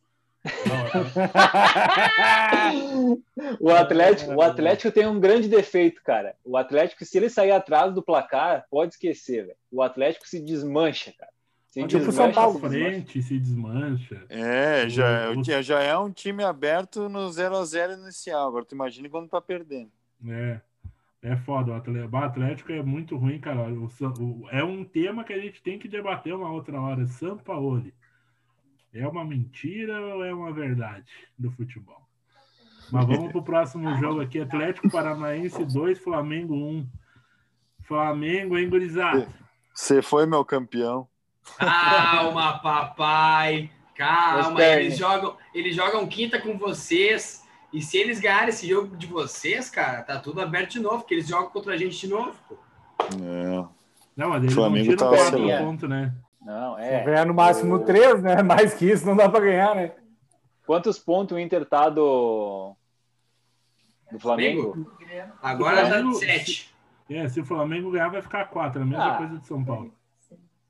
Speaker 4: O Atlético tem um grande defeito, cara. O Atlético, se ele sair atrás do placar, pode esquecer, velho. O Atlético se desmancha, cara.
Speaker 2: Se desmancha.
Speaker 3: Já é um time aberto no 0-0 inicial. Agora tu imagina quando tá perdendo.
Speaker 2: É foda. O Atlético é muito ruim, cara. É um tema que a gente tem que debater uma outra hora. Sampaoli. É uma mentira ou é uma verdade do futebol? Mas vamos pro próximo jogo aqui. Atlético Paranaense 2, Flamengo 1. Flamengo, hein, gurizada?
Speaker 3: Você foi meu campeão.
Speaker 5: Calma, papai. Calma. Eles jogam quinta com vocês. E se eles ganharem esse jogo de vocês, cara, tá tudo aberto de novo, porque eles jogam contra a gente de novo, pô.
Speaker 2: Não, mas eles
Speaker 3: Flamengo
Speaker 2: não tiram 4 pontos, né?
Speaker 4: Não,
Speaker 6: Se ganhar no máximo 3, né? Mais que isso não dá pra ganhar, né?
Speaker 4: Quantos pontos o Inter tá do Flamengo?
Speaker 5: Agora tá 7.
Speaker 2: Se o Flamengo ganhar, vai ficar 4. A mesma coisa de São Paulo.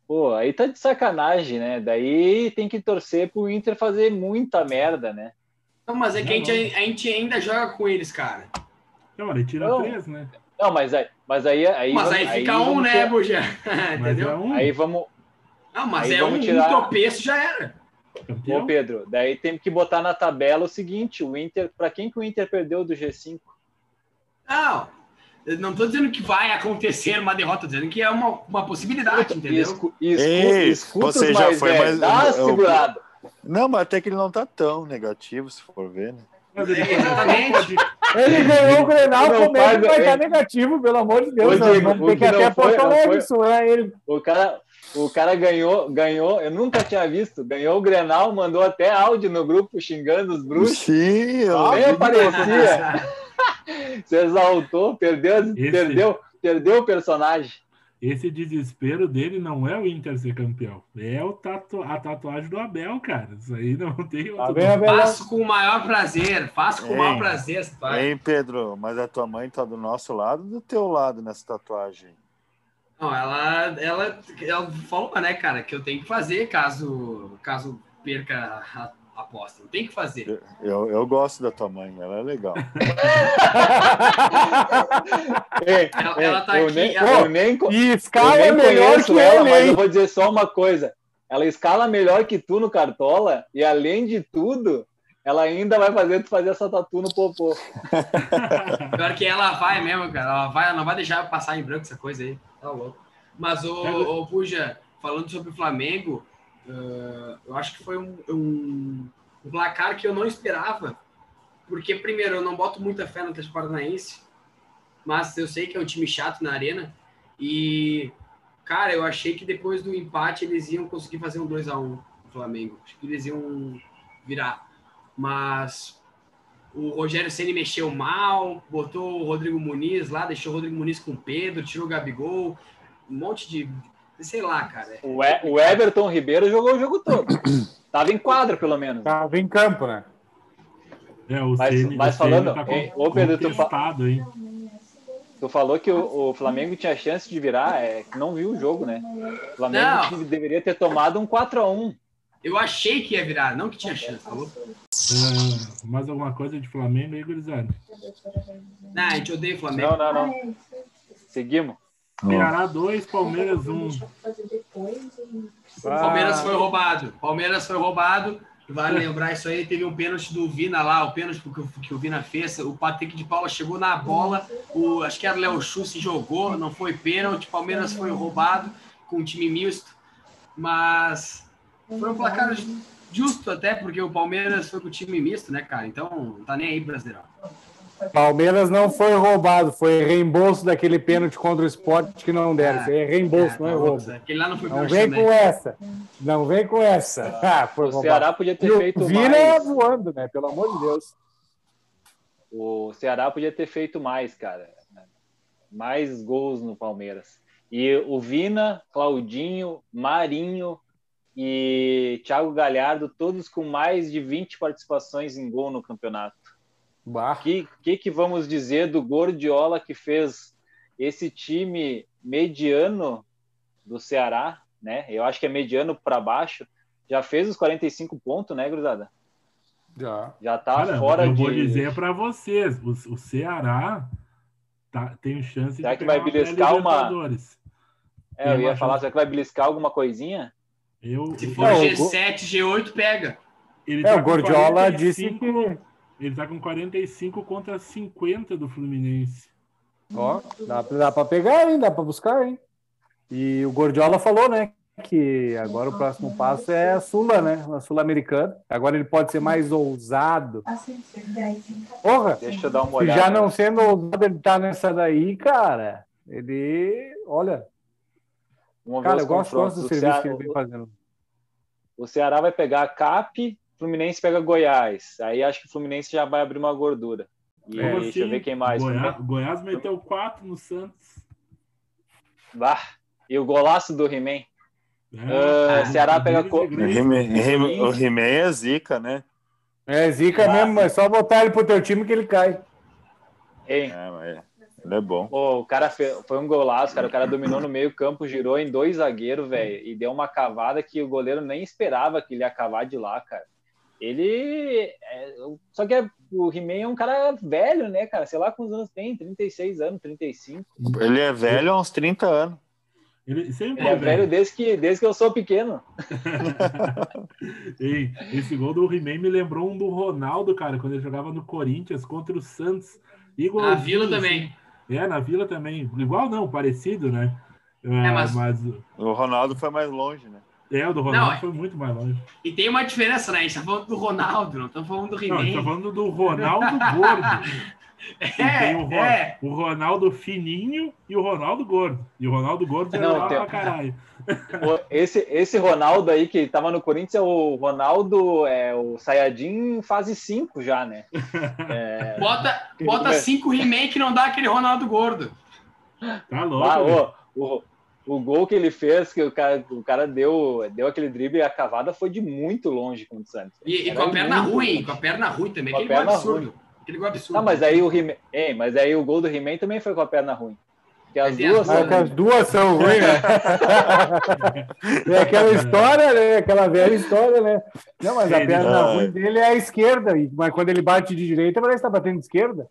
Speaker 4: Pô, aí tá de sacanagem, né? Daí tem que torcer pro Inter fazer muita merda, né?
Speaker 5: Não, mas é que a gente ainda joga com eles, cara.
Speaker 2: Não, ele tira 3, né?
Speaker 4: Não, mas aí
Speaker 5: Mas
Speaker 4: vamos,
Speaker 5: aí fica
Speaker 4: aí
Speaker 5: um, né,
Speaker 4: tirar...
Speaker 5: Buja? Entendeu?
Speaker 2: É um.
Speaker 4: Aí vamos...
Speaker 5: Não, mas
Speaker 4: aí
Speaker 5: é
Speaker 4: vamos
Speaker 5: um
Speaker 4: tirar...
Speaker 5: tropeço, já era.
Speaker 2: Campeão?
Speaker 4: Ô, Pedro, daí tem que botar na tabela o seguinte, o Inter... Pra quem que o Inter perdeu do G5?
Speaker 5: Não, eu não tô dizendo que vai acontecer uma derrota, tô dizendo que é uma possibilidade, entendeu?
Speaker 4: Escuta
Speaker 3: você
Speaker 4: os
Speaker 3: já
Speaker 4: mais
Speaker 3: foi
Speaker 4: velhos,
Speaker 3: mais...
Speaker 4: dá uma segurada.
Speaker 3: Não, mas até que ele não tá tão negativo, se for ver, né?
Speaker 2: Mas ele
Speaker 5: Exatamente.
Speaker 6: Ele ganhou o Grenal,
Speaker 4: Não
Speaker 6: como é que
Speaker 4: faz-
Speaker 6: vai estar negativo, pelo amor de Deus.
Speaker 4: Ô, Diego,
Speaker 6: Vamos
Speaker 4: o
Speaker 6: ter que
Speaker 4: que
Speaker 6: ir
Speaker 4: não
Speaker 6: até
Speaker 4: foi-
Speaker 6: Porto
Speaker 4: não
Speaker 6: Alegre,
Speaker 4: foi-
Speaker 6: isso é ele.
Speaker 4: O cara ganhou, eu nunca tinha visto, ganhou o Grenal, mandou até áudio no grupo xingando os bruxos.
Speaker 3: Sim, eu
Speaker 4: Nem
Speaker 3: vi.
Speaker 4: aparecia. Se exaltou, perdeu o personagem.
Speaker 2: Esse desespero dele não é o Inter ser campeão. É a tatuagem do Abel, cara. Isso aí não tem outro.
Speaker 6: Tá bem, Abelão?
Speaker 5: Faço com o maior prazer, faço com o maior prazer essa tatuagem.
Speaker 3: Hein, Pedro? Mas a tua mãe tá do nosso lado ou do teu lado nessa tatuagem?
Speaker 5: Não, ela falou, né, cara, que eu tenho que fazer caso perca a aposta. Eu tenho que fazer.
Speaker 3: Eu gosto da tua mãe, ela é legal.
Speaker 5: Ela tá
Speaker 4: eu
Speaker 5: aqui.
Speaker 4: nem-
Speaker 5: ela-
Speaker 4: eu nem,
Speaker 6: E
Speaker 4: eu
Speaker 6: escala
Speaker 4: nem
Speaker 6: melhor
Speaker 4: conheço
Speaker 6: que
Speaker 4: ela,
Speaker 6: ele,
Speaker 4: mas eu
Speaker 6: hein?
Speaker 4: vou dizer só uma coisa. Ela escala melhor que tu no Cartola e, além de tudo, ela ainda vai fazer tu fazer essa tatu no popô.
Speaker 5: Pior que ela vai mesmo, cara. Ela não vai deixar eu passar em branco essa coisa aí. Tá louco. Mas, ô Puja, falando sobre o Flamengo, eu acho que foi um placar que eu não esperava. Porque, primeiro, eu não boto muita fé no Atlético Paranaense, mas eu sei que é um time chato na arena. E, cara, eu achei que depois do empate eles iam conseguir fazer um 2-1 no Flamengo. Acho que eles iam virar. Mas o Rogério Ceni mexeu mal, botou o Rodrigo Muniz lá, deixou o Rodrigo Muniz com o Pedro, tirou o Gabigol, um monte de... Sei lá, cara.
Speaker 4: O Everton Ribeiro jogou o jogo todo. Tava em quadro, pelo menos.
Speaker 6: Tava em campo, né?
Speaker 2: O
Speaker 4: Mas
Speaker 2: Ceni
Speaker 4: falando,
Speaker 2: tá
Speaker 4: ô, Pedro,
Speaker 2: contestado, hein?
Speaker 4: Tu falou que o Flamengo tinha chance de virar, que não viu o jogo, né? O Flamengo deveria ter tomado um 4-1.
Speaker 5: Eu achei que ia virar, não que tinha chance, falou?
Speaker 2: Mais alguma coisa de Flamengo aí, gurizada?
Speaker 5: Não, a gente odeia o Flamengo.
Speaker 4: Não. Seguimos.
Speaker 2: Ceará 2, Palmeiras 1.
Speaker 5: Palmeiras foi roubado. Vale lembrar isso aí, teve um pênalti do Vina lá, o pênalti que o Vina fez, o Patrick de Paula chegou na bola, acho que era o Léo Chu se jogou, não foi pênalti, Palmeiras foi roubado com um time misto, mas foi um placar justo até, porque o Palmeiras foi com o time misto, né, cara? Então, não tá nem aí, Brasileirão.
Speaker 6: Palmeiras não foi roubado, foi reembolso daquele pênalti contra o Sport que não deram. Isso aí é reembolso, não é roubo.
Speaker 5: Aquele lá não foi
Speaker 6: Não
Speaker 5: pênalti
Speaker 6: vem
Speaker 5: também.
Speaker 6: com essa. Não vem com essa. Foi
Speaker 4: O
Speaker 6: roubado.
Speaker 4: Ceará podia ter feito
Speaker 6: Vira
Speaker 4: mais.
Speaker 6: voando, né? Pelo amor de Deus.
Speaker 4: O Ceará podia ter feito mais, cara. Mais gols no Palmeiras. E o Vina, Claudinho, Marinho e Thiago Galhardo, todos com mais de 20 participações em gol no campeonato. O que vamos dizer do Guardiola, que fez esse time mediano do Ceará, né? Eu acho que é mediano para baixo. Já fez os 45 pontos, né, gurizada? Já tá
Speaker 2: Cara,
Speaker 4: fora
Speaker 2: eu
Speaker 4: de...
Speaker 2: vou dizer para vocês, o Ceará tem chance
Speaker 4: Será
Speaker 2: de
Speaker 4: que
Speaker 2: pegar
Speaker 4: vai beliscar uma...
Speaker 2: Libertadores.
Speaker 4: eu ia falar, será que vai beliscar alguma coisinha?
Speaker 5: Se for G7, G8, pega.
Speaker 6: O Guardiola disse que...
Speaker 2: Ele tá com 45 contra 50 do Fluminense.
Speaker 6: Ó, dá para pegar, hein? Dá para buscar, hein? E o Guardiola falou, né? Que agora o próximo passo é a Sula, né? A Sul-Americana. Agora ele pode ser mais ousado. Porra!
Speaker 4: Deixa eu dar uma olhada.
Speaker 6: Já não sendo ousado, ele tá nessa daí, cara. Ele... Olha... Cara, eu gosto do serviço que ele vem fazendo.
Speaker 4: O Ceará vai pegar a CAP, Fluminense pega Goiás. Aí acho que o Fluminense já vai abrir uma gordura. E deixa eu ver quem mais.
Speaker 2: Goiás meteu 4 no Santos.
Speaker 4: E o golaço do He-Man. Ceará pega...
Speaker 3: O He-Man é zica, né?
Speaker 6: É zica mesmo, mas só botar ele pro teu time que ele cai.
Speaker 3: Ele é bom.
Speaker 4: O cara foi um golaço, cara. O cara dominou no meio campo, girou em 2 zagueiros, velho, e deu uma cavada que o goleiro nem esperava que ele ia cavar de lá, cara. Só que o He-Man é um cara velho, né, cara? Sei lá quantos anos tem, 36 anos, 35.
Speaker 3: Ele é velho há uns 30 anos.
Speaker 2: Ele sempre
Speaker 4: É velho desde que eu sou pequeno.
Speaker 2: Ei, esse gol do He-Man me lembrou um do Ronaldo, cara, quando ele jogava no Corinthians contra o Santos.
Speaker 5: Na Vila também.
Speaker 2: Na Vila também. Igual não, parecido, né?
Speaker 5: Mas
Speaker 3: o Ronaldo foi mais longe, né?
Speaker 2: O do Ronaldo foi muito mais longe.
Speaker 5: E tem uma diferença, né? A gente tá falando do Ronaldo, não estamos falando do He-Man.
Speaker 2: Não, a gente tá falando do Ronaldo gordo. O Ronaldo fininho e o Ronaldo gordo. E o Ronaldo gordo jogava pra caralho.
Speaker 4: Esse Ronaldo aí que tava no Corinthians é o Ronaldo, o Sayajin fase 5 já, né?
Speaker 5: Bota 5 He-Man que não dá aquele Ronaldo gordo.
Speaker 2: Tá louco.
Speaker 4: O gol que ele fez, que o cara deu aquele drible e a cavada foi de muito longe contra o Santos.
Speaker 5: E com a perna ruim, também, aquele gol absurdo. Aquele gol absurdo.
Speaker 4: Ah, mas aí o gol do He-Man também foi com a perna ruim. Que as
Speaker 6: duas são ruins, né? É aquela história, né? Aquela velha história, né? Não, mas a perna ruim dele é a esquerda, mas quando ele bate de direita, parece que tá batendo de esquerda.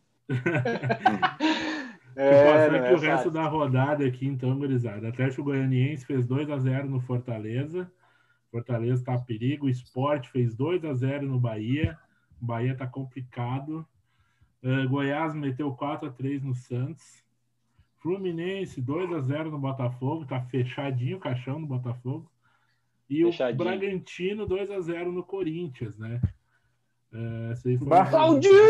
Speaker 2: Aqui o resto da rodada aqui, então, gurizada. Atlético Goianiense fez 2-0 no Fortaleza. Fortaleza tá a perigo. O Sport fez 2-0 no Bahia. O Bahia tá complicado. Goiás meteu 4-3 no Santos. Fluminense 2-0 no Botafogo. Tá fechadinho o caixão no Botafogo. E o Bragantino 2-0 no Corinthians, né?
Speaker 4: Claudinho!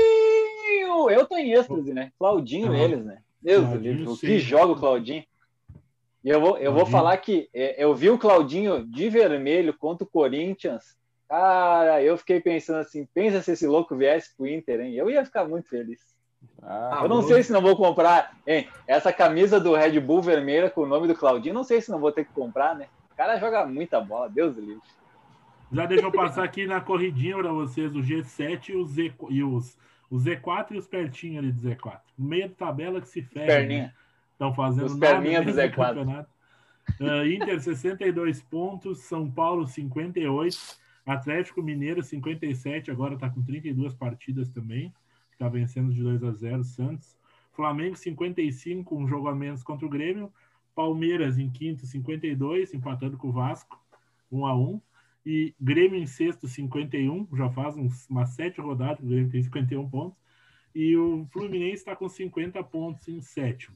Speaker 4: Eu tô em êxtase, né? Claudinho eles, né? Deus do livro, que joga o Claudinho. E eu vou falar que eu vi o Claudinho de vermelho contra o Corinthians. Cara, eu fiquei pensando assim, pensa se esse louco viesse pro Inter, hein? Eu ia ficar muito feliz. Eu não sei se não vou comprar, hein? Essa camisa do Red Bull vermelha com o nome do Claudinho, não sei se não vou ter que comprar, né? O cara joga muita bola, Deus do livro.
Speaker 2: Já deixa eu passar aqui na corridinha para vocês o G7 e o Z4 e os pertinhos ali do Z4. No meio da tabela que se fecha. Estão fazendo
Speaker 4: os perninhas do Z4.
Speaker 2: Inter 62 pontos, São Paulo 58, Atlético Mineiro 57, agora está com 32 partidas também. Está vencendo de 2-0 Santos. Flamengo 55, um jogo a menos contra o Grêmio. Palmeiras em quinto 52, empatando com o Vasco 1-1. E Grêmio em sexto 51, já faz umas 7 rodadas, o Grêmio tem 51 pontos. E o Fluminense está com 50 pontos em sétimo.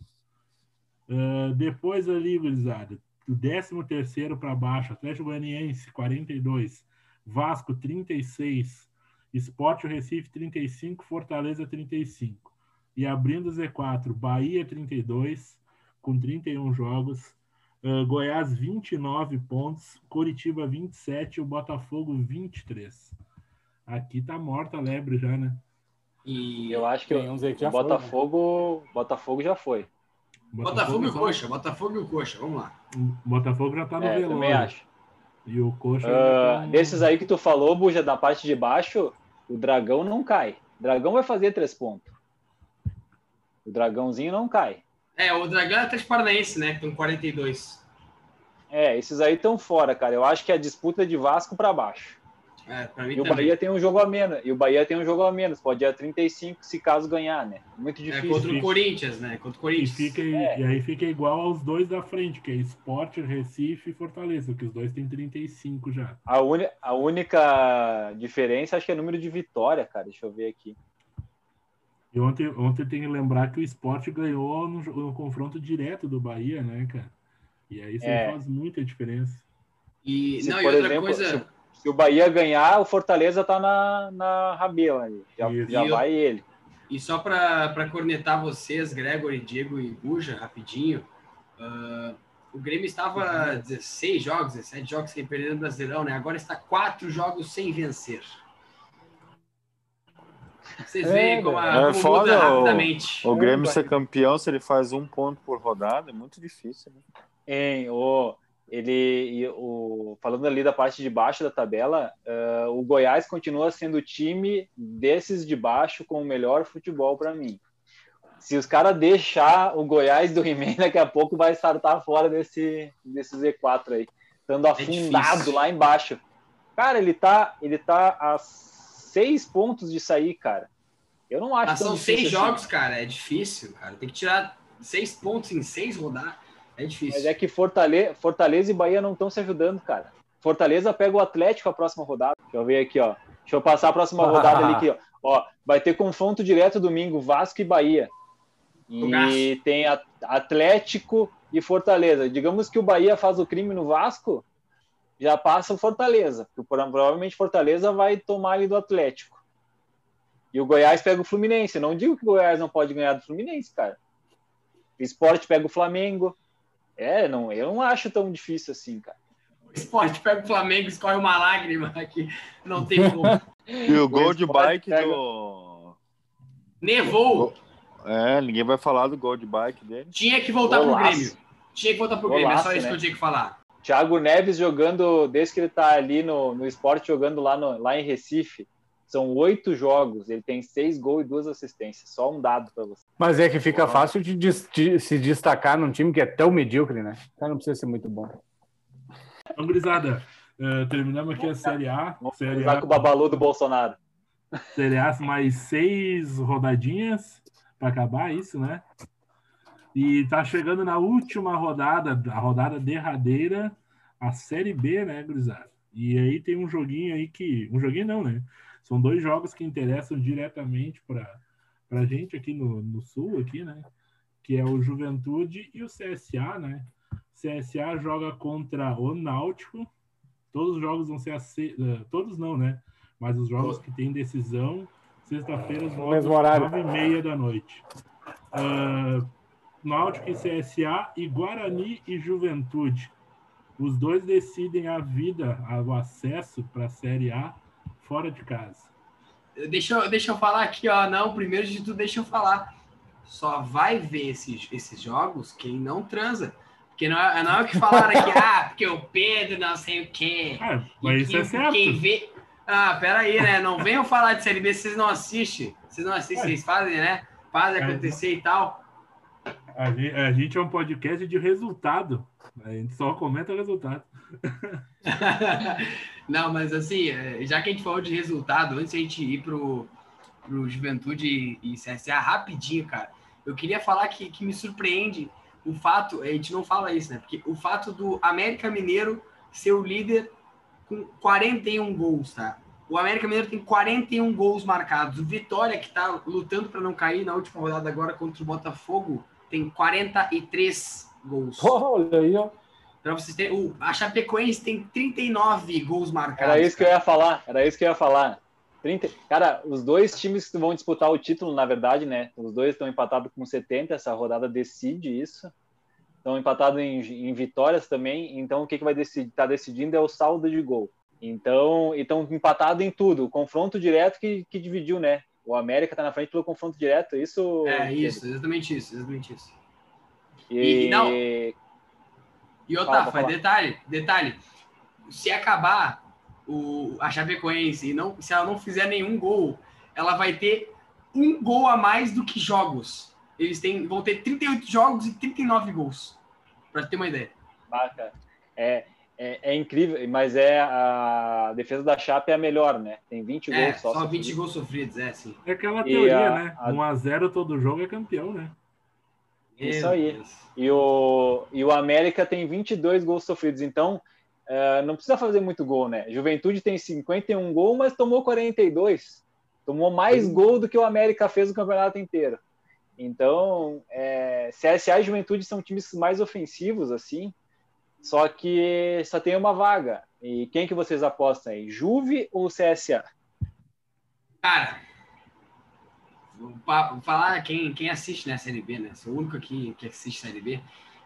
Speaker 2: Depois ali, gurizada, do 13º para baixo, Atlético Goianiense 42, Vasco 36, Sport Recife 35, Fortaleza 35. E abrindo o Z4, Bahia 32, com 31 jogos, Goiás 29 pontos, Coritiba 27 e o Botafogo 23. Aqui tá morta a lebre já, né?
Speaker 4: E eu acho que o Botafogo já foi.
Speaker 5: Botafogo e o Coxa, vamos lá.
Speaker 2: O Botafogo já tá no velório.
Speaker 4: Também acho.
Speaker 2: E o Coxa...
Speaker 4: Desses aí que tu falou, Buja, da parte de baixo, o Dragão não cai. O Dragão vai fazer 3 pontos. O Dragãozinho não cai.
Speaker 5: O Dragão é Atlético Paranaense, né? Que tem 42.
Speaker 4: Esses aí estão fora, cara. Eu acho que a disputa é de Vasco para baixo.
Speaker 5: Pra mim
Speaker 4: e o Bahia tem um jogo a menos. Pode ir a 35 se caso ganhar, né? Muito difícil.
Speaker 5: Contra o Corinthians, né?
Speaker 2: E aí fica igual aos dois da frente, que é Sport, Recife e Fortaleza, que os dois têm 35 já.
Speaker 4: A única diferença acho que é o número de vitória, cara. Deixa eu ver aqui.
Speaker 2: E ontem tem que lembrar que o Sport ganhou no confronto direto do Bahia, né, cara? E aí isso faz muita diferença.
Speaker 4: Se o Bahia ganhar, o Fortaleza tá na rabela ali. Já vai ele.
Speaker 5: E só para cornetar vocês, Gregory, Diego e Buja, rapidinho, o Grêmio estava 16 jogos, 17 jogos sem perder no Brasileirão, né? Agora está 4 jogos sem vencer. Vocês veem como muda rapidamente.
Speaker 3: O Grêmio ser campeão, se ele faz 1 ponto por rodada, é muito difícil, né?
Speaker 4: Falando ali da parte de baixo da tabela, o Goiás continua sendo o time desses de baixo com o melhor futebol para mim. se os caras deixar o Goiás do He-Man, daqui a pouco vai startar fora desse Z4 aí. Estando afundado lá embaixo. Cara, ele tá a 6 pontos de sair, cara. Eu não acho
Speaker 5: Mas são
Speaker 4: tão difícil
Speaker 5: 6
Speaker 4: assim.
Speaker 5: jogos, cara. É difícil, cara. Tem que tirar 6 pontos em 6 rodadas. É difícil.
Speaker 4: Mas é que Fortaleza e Bahia não estão se ajudando, cara. Fortaleza pega o Atlético a próxima rodada. Deixa eu ver aqui, ó. Deixa eu passar a próxima rodada ali aqui, ó. Vai ter confronto direto domingo, Vasco e Bahia. E tem Atlético e Fortaleza. Digamos que o Bahia faz o crime no Vasco, já passa o Fortaleza. Porque provavelmente Fortaleza vai tomar ali do Atlético. E o Goiás pega o Fluminense. Não digo que o Goiás não pode ganhar do Fluminense, cara. O Sport pega o Flamengo. Eu não acho tão difícil assim, cara.
Speaker 5: O Sport pega o Flamengo, escorre uma lágrima aqui. Não tem como.
Speaker 3: E o gol de bike do...
Speaker 5: Nevou.
Speaker 3: Ninguém vai falar do gol de bike dele.
Speaker 5: Tinha que voltar pro Grêmio. Grêmio, é só isso, né, que eu tinha que falar.
Speaker 4: Thiago Neves jogando, desde que ele tá ali no Sport, jogando lá em Recife, são 8 jogos, ele tem 6 gols e 2 assistências, só um dado para você.
Speaker 6: Mas é que fica fácil de se destacar num time que é tão medíocre, né? O cara não precisa ser muito bom.
Speaker 2: Então, gurizada, terminamos aqui a Série A.
Speaker 4: Vamos usar com o Babalu do Bolsonaro.
Speaker 2: Série A, mais 6 rodadinhas para acabar isso, né? E tá chegando na última rodada, a rodada derradeira, a Série B, né, gurizada? E aí tem um joguinho aí que... Um joguinho não, né? São 2 jogos que interessam diretamente pra gente aqui no Sul, aqui, né? Que é o Juventude e o CSA, né? CSA joga contra o Náutico. Todos os jogos vão ser... Todos não, né? Mas os jogos que tem decisão, sexta-feira, às 9h30 da noite. Náutico e CSA e Guarani e Juventude. Os 2 decidem a vida, o acesso para a Série A fora de casa.
Speaker 5: Deixa eu falar aqui, ó. Não, primeiro de tudo, deixa eu falar. Só vai ver esses jogos quem não transa. Porque não é o que falaram aqui, porque o Pedro não sei o quê.
Speaker 2: Mas isso é certo.
Speaker 5: Quem vê... peraí, né? Não venham falar de Série B se vocês não assistem. Vocês fazem, né? Fazem acontecer e tal.
Speaker 2: A gente é um podcast de resultado. A gente só comenta o resultado.
Speaker 5: Não, mas assim, já que a gente falou de resultado, antes de a gente ir pro Juventude e CSA, rapidinho, cara, eu queria falar que me surpreende o fato, a gente não fala isso, né? Porque o fato do América Mineiro ser o líder com 41 gols, tá? O América Mineiro tem 41 gols marcados. O Vitória, que tá lutando para não cair na última rodada agora contra o Botafogo, tem 43 gols.
Speaker 6: Olha aí, ó.
Speaker 5: Pra vocês terem, a Chapecoense tem 39 gols marcados.
Speaker 4: Era isso que eu ia falar. 30... Cara, os 2 times que vão disputar o título, na verdade, né? Os 2 estão empatados com 70, essa rodada decide isso. Estão empatados em vitórias também, então o que vai tá decidindo é o saldo de gol. Então, estão empatados em tudo. O confronto direto que dividiu, né? O América tá na frente pelo confronto direto, isso...
Speaker 5: Exatamente isso. E Otávio, detalhe, se acabar a Chapecoense e se ela não fizer nenhum gol, ela vai ter 1 gol a mais do que jogos. Eles vão ter 38 jogos e 39 gols, para ter uma ideia.
Speaker 4: Cara, é incrível, mas a defesa da Chape é a melhor, né? Tem 20 gols
Speaker 5: só 20 gols sofridos, sim.
Speaker 2: É aquela teoria, né? 1-0 todo jogo é campeão, né?
Speaker 4: Isso aí. E o América tem 22 gols sofridos, então não precisa fazer muito gol, né? Juventude tem 51 gols, mas tomou 42. Tomou mais gol do que o América fez no campeonato inteiro. Então, CSA e Juventude são times mais ofensivos, assim, só que só tem uma vaga. E quem que vocês apostam aí? Juve ou CSA?
Speaker 5: Cara, vou falar quem assiste, né, a Série B, né? Sou o único aqui que assiste a Série B.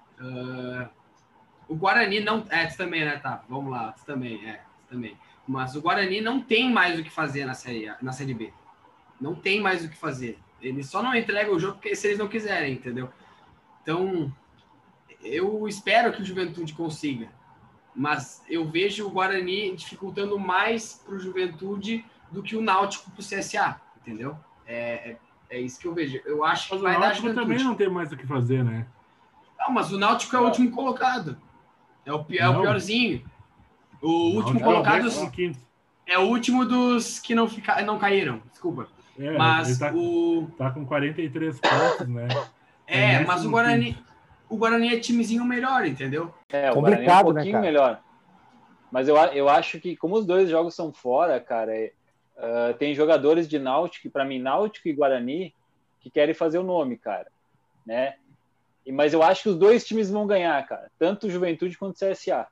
Speaker 5: O Guarani não... tu também, né? Tá, vamos lá. Tu também. Mas o Guarani não tem mais o que fazer na Série B. Não tem mais o que fazer. Eles só não entregam o jogo porque se eles não quiserem, entendeu? Então, eu espero que o Juventude consiga. Mas eu vejo o Guarani dificultando mais pro Juventude do que o Náutico pro CSA, entendeu? É É isso que eu vejo. Eu acho que
Speaker 2: Mas o
Speaker 5: vai dar
Speaker 2: Náutico
Speaker 5: Juventude.
Speaker 2: também não tem mais o que fazer, né?
Speaker 5: Não, mas o Náutico é o último colocado. É o piorzinho. O último
Speaker 2: Náutico é o
Speaker 5: colocado
Speaker 2: 15º.
Speaker 5: é o último dos que não caíram. Desculpa.
Speaker 2: É,
Speaker 5: Mas
Speaker 2: ele tá com 43 pontos, né?
Speaker 5: Mas o Guarani é timezinho melhor, entendeu?
Speaker 4: O Guarani é um pouquinho melhor. Mas eu acho que, como os dois jogos são fora, cara, tem jogadores de Náutico, para mim, Náutico e Guarani, que querem fazer o nome, cara, né? Mas eu acho que os dois times vão ganhar, cara, tanto o Juventude quanto o CSA.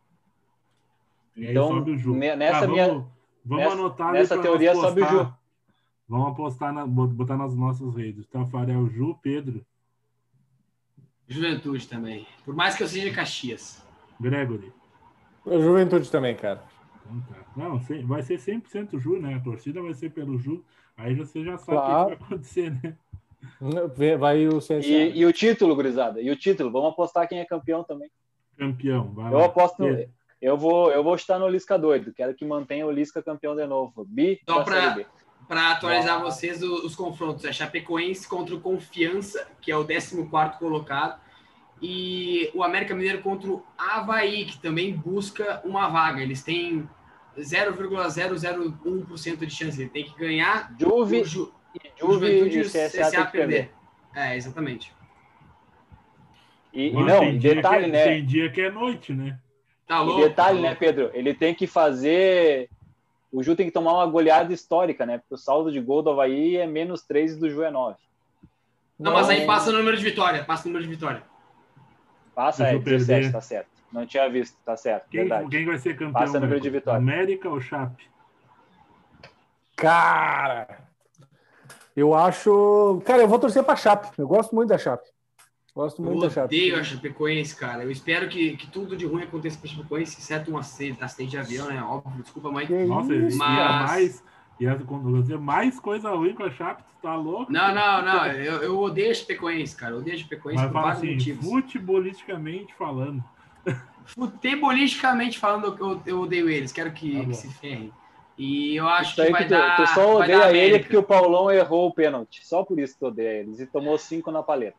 Speaker 4: Então,
Speaker 2: vamos anotar
Speaker 4: nessa teoria sobe o Ju.
Speaker 2: Vamos apostar, botar nas nossas redes. Tafarel, Ju, Pedro.
Speaker 5: Juventude também. Por mais que eu seja Caxias.
Speaker 2: Gregory.
Speaker 6: Juventude também, cara.
Speaker 2: Então tá. Não, vai ser 100% Ju, né? A torcida vai ser pelo Ju. Aí você já sabe o que vai acontecer, né?
Speaker 6: Vai o CSA.
Speaker 4: E o título, gurizada? E o título? Vamos apostar quem é campeão também.
Speaker 2: Campeão, vai
Speaker 4: eu
Speaker 2: lá.
Speaker 4: Aposto eu vou estar no Lisca doido. Quero que mantenha o Lisca campeão de novo.
Speaker 5: Só para atualizar vocês os confrontos. É Chapecoense contra o Confiança, que é o 14º colocado. E o América Mineiro contra o Avaí, que também busca uma vaga. Eles têm 0,001% de chance. Ele tem que ganhar.
Speaker 4: Juve
Speaker 5: e
Speaker 4: o CSA
Speaker 5: perder. Exatamente.
Speaker 4: E detalhe, né?
Speaker 2: Tem dia que é noite, né?
Speaker 5: Tá louco,
Speaker 4: detalhe, né, Pedro? Ele tem que fazer... O Ju tem que tomar uma goleada histórica, né? Porque o saldo de gol do Avaí é -3 e do Ju é 9.
Speaker 5: Não, mas aí passa o número de vitória. Passa,
Speaker 4: 17, tá certo. Não tinha visto, tá certo.
Speaker 2: Quem vai ser campeão?
Speaker 4: Passa o número de vitória.
Speaker 2: América ou Chape?
Speaker 6: Cara, eu acho... Cara, eu vou torcer pra Chape. Eu gosto muito da Chape.
Speaker 5: Eu odeio a Chapecoense, cara. Eu espero que tudo de ruim aconteça pra Chapecoense, exceto um acidente de avião, né? Óbvio, desculpa, mãe.
Speaker 2: Nossa, ia mais coisa ruim com a Chape, tu tá louco?
Speaker 5: Não. Eu odeio a Chapecoense, cara. Eu odeio a Chapecoense por vários motivos.
Speaker 2: Futebolisticamente falando.
Speaker 5: Futebolisticamente falando, eu odeio eles. Quero que se ferrem. E eu acho que vai dar...
Speaker 4: Tu só odeia ele porque o Paulão errou o pênalti. Só por isso que tu odeia eles. E tomou 5 na paleta.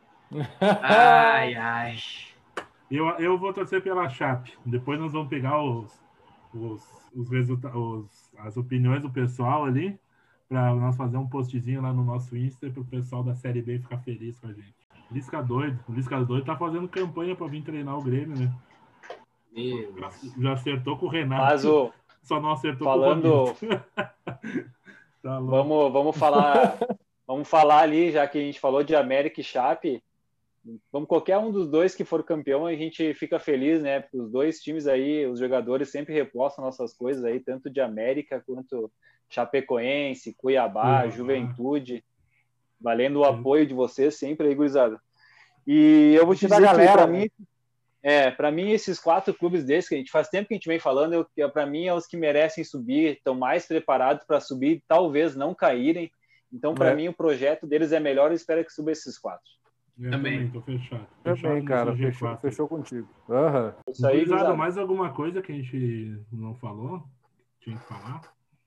Speaker 5: Ai.
Speaker 2: Eu vou torcer pela Chape. Depois nós vamos pegar os resultados, as opiniões do pessoal ali, para nós fazer um postzinho lá no nosso Insta para o pessoal da Série B ficar feliz com a gente. Lisca doido. O Lisca doido tá fazendo campanha para vir treinar o Grêmio, né? Já acertou com o Renato.
Speaker 4: Mas
Speaker 2: só não acertou
Speaker 4: com o Romildo.
Speaker 2: Tá
Speaker 4: vamos falar ali, já que a gente falou de América e Chape. Qualquer um dos dois que for campeão, a gente fica feliz, né? Porque os dois times aí, os jogadores sempre repostam nossas coisas aí, tanto de América quanto Chapecoense, Cuiabá, Juventude, valendo o apoio de vocês sempre aí, gurizada. E eu vou te dizer que, para mim, esses 4 clubes desses, que a gente faz tempo que a gente vem falando, para mim, é os que merecem subir, estão mais preparados para subir, talvez não caírem. Então, para mim, o projeto deles é melhor, eu espero que suba esses 4.
Speaker 2: Também tô fechado.
Speaker 6: Também, cara, fechou contigo.
Speaker 4: Isso aí,
Speaker 2: mais alguma coisa que a gente não falou? Tinha que falar?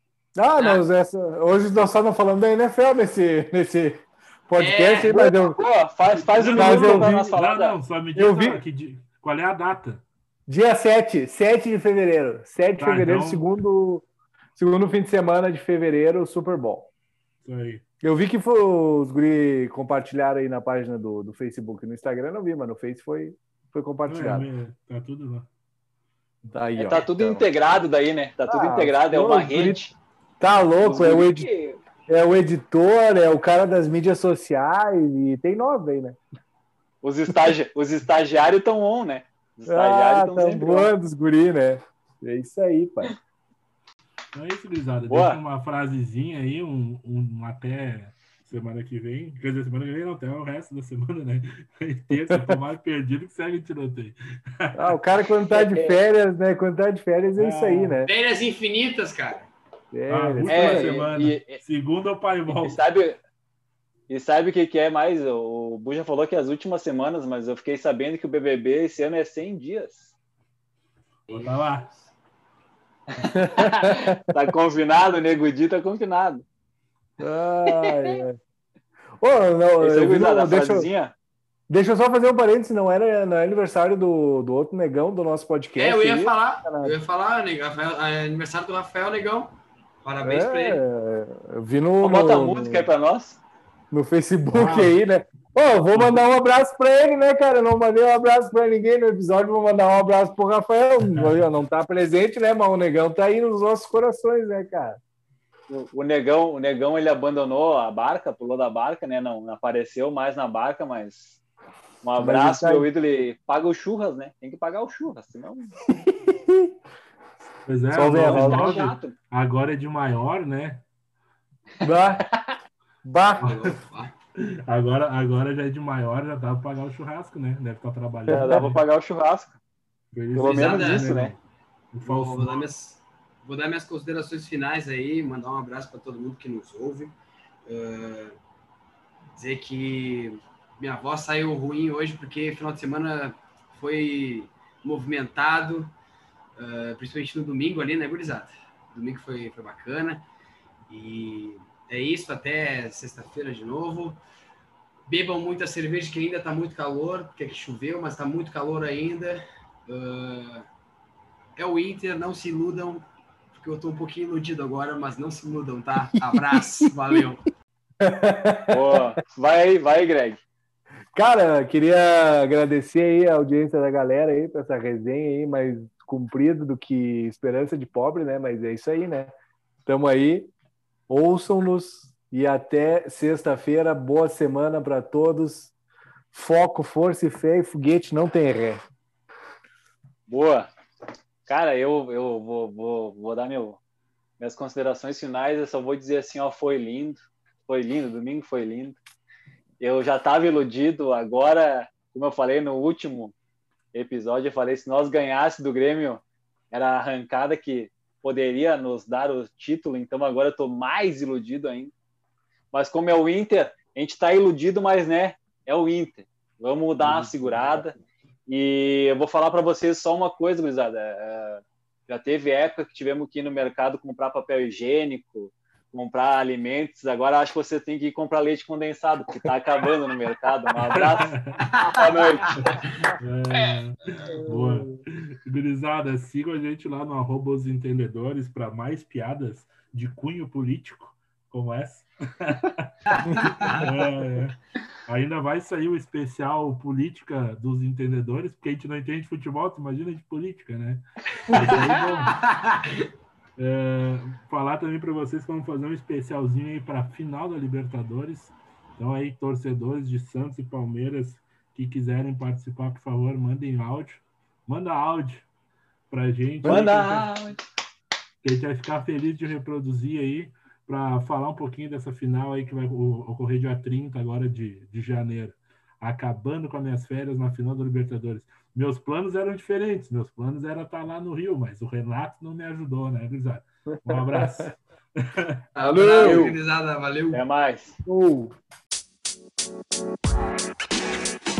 Speaker 6: Hoje nós só não falamos da NFL nesse podcast, mas eu...
Speaker 4: Faz um minuto pra nós falar.
Speaker 2: Não, só me diz qual é a data.
Speaker 6: Dia 7 de fevereiro. 7 de fevereiro, então... segundo fim de semana de fevereiro, Super Bowl.
Speaker 2: Isso aí.
Speaker 6: Eu vi que os guri compartilharam aí na página do Facebook. No Instagram não vi, mas no Face foi compartilhado.
Speaker 2: Tá tudo lá.
Speaker 6: Daí,
Speaker 4: tá tudo integrado daí, né? Tá tudo integrado, é uma rede.
Speaker 6: Tá louco, é o editor, é o cara das mídias sociais e tem nós aí, né?
Speaker 4: Os estagiários estão on, né? Os estagiários estão sempre
Speaker 6: voando, os guri, né? É isso aí, pai.
Speaker 2: É isso, gurizada. Deixa uma frasezinha aí, até semana que vem. Quer dizer, semana que vem não, até o resto da semana, né? Terça, tô mais perdido que segue o tiroteio.
Speaker 6: O cara quando tá de férias, né? Quando tá de férias é isso aí, né?
Speaker 5: Férias infinitas, cara.
Speaker 2: Última semana. Segunda o pai volta.
Speaker 4: E sabe o que é mais? O Buja falou que as últimas semanas, mas eu fiquei sabendo que o BBB esse ano é 100 dias.
Speaker 2: Bota lá.
Speaker 4: Tá confinado, o Nego Di tá confinado.
Speaker 6: Deixa eu só fazer um parênteses, não é aniversário do outro negão do nosso podcast.
Speaker 5: Eu ia falar, aniversário do Rafael Negão. Parabéns pra ele.
Speaker 6: Eu vi
Speaker 4: bota a música aí pra nós.
Speaker 6: No Facebook aí, né? Vou mandar um abraço pra ele, né, cara? Eu não mandei um abraço pra ninguém no episódio, vou mandar um abraço pro Rafael. Não tá presente, né, mas o negão tá aí nos nossos corações, né, cara?
Speaker 4: O negão ele abandonou a barca, pulou da barca, né? Não apareceu mais na barca, mas um abraço, meu ídolo. Ele paga o churras, né? Tem que pagar o churras, senão.
Speaker 2: Pois é, agora é de maior, né? Agora já é de maior, já dá pra pagar o churrasco, né? Deve estar trabalhando.
Speaker 4: Já dá pra pagar o churrasco. Pelo menos isso, né?
Speaker 5: Vou dar minhas considerações finais aí, mandar um abraço para todo mundo que nos ouve. Dizer que minha voz saiu ruim hoje porque final de semana foi movimentado, principalmente no domingo ali, né, gurizada? Domingo foi bacana. E é isso, até sexta-feira de novo. Bebam muita cerveja, que ainda está muito calor, porque choveu, mas está muito calor ainda. É o Inter, não se iludam, porque eu estou um pouquinho iludido agora, mas não se iludam, tá? Abraço, valeu.
Speaker 4: Boa. Vai, Greg.
Speaker 6: Cara, queria agradecer aí a audiência da galera aí para essa resenha aí, mais comprida do que esperança de pobre, né? Mas é isso aí, né? Tamo aí, ouçam-nos e até sexta-feira. Boa semana para todos. Foco, força e fé, e foguete não tem ré.
Speaker 4: Boa. Cara, eu vou dar minhas considerações finais. Eu só vou dizer assim, foi lindo, domingo foi lindo. Eu já estava iludido, agora, como eu falei no último episódio, eu falei, se nós ganhássemos do Grêmio, era a arrancada que poderia nos dar o título, então agora eu estou mais iludido ainda. Mas como é o Inter, a gente está iludido, mas, né, é o Inter. Vamos dar uma segurada. E eu vou falar para vocês só uma coisa, gurizada. Já teve época que tivemos que ir no mercado comprar papel higiênico, comprar alimentos. Agora acho que você tem que ir comprar leite condensado, porque está acabando no mercado. Um abraço. Boa noite.
Speaker 2: Boa. Gurizada, sigam a gente lá no @osentendedores para mais piadas de cunho político como essa. Ainda vai sair o especial política dos entendedores, porque a gente não entende futebol, tu imagina de política, né? Falar também para vocês que vamos fazer um especialzinho aí para a final da Libertadores. Então aí, torcedores de Santos e Palmeiras que quiserem participar, por favor, mandem áudio. Manda áudio pra gente.
Speaker 4: Manda áudio.
Speaker 2: Que a gente vai ficar feliz de reproduzir aí para falar um pouquinho dessa final aí que vai ocorrer dia 30 agora de janeiro. Acabando com as minhas férias na final da Libertadores. Meus planos eram diferentes. Meus planos era estar lá no Rio, mas o Renato não me ajudou, né, gurizada? Um abraço.
Speaker 5: Valeu, gurizada. Valeu.
Speaker 4: Até mais.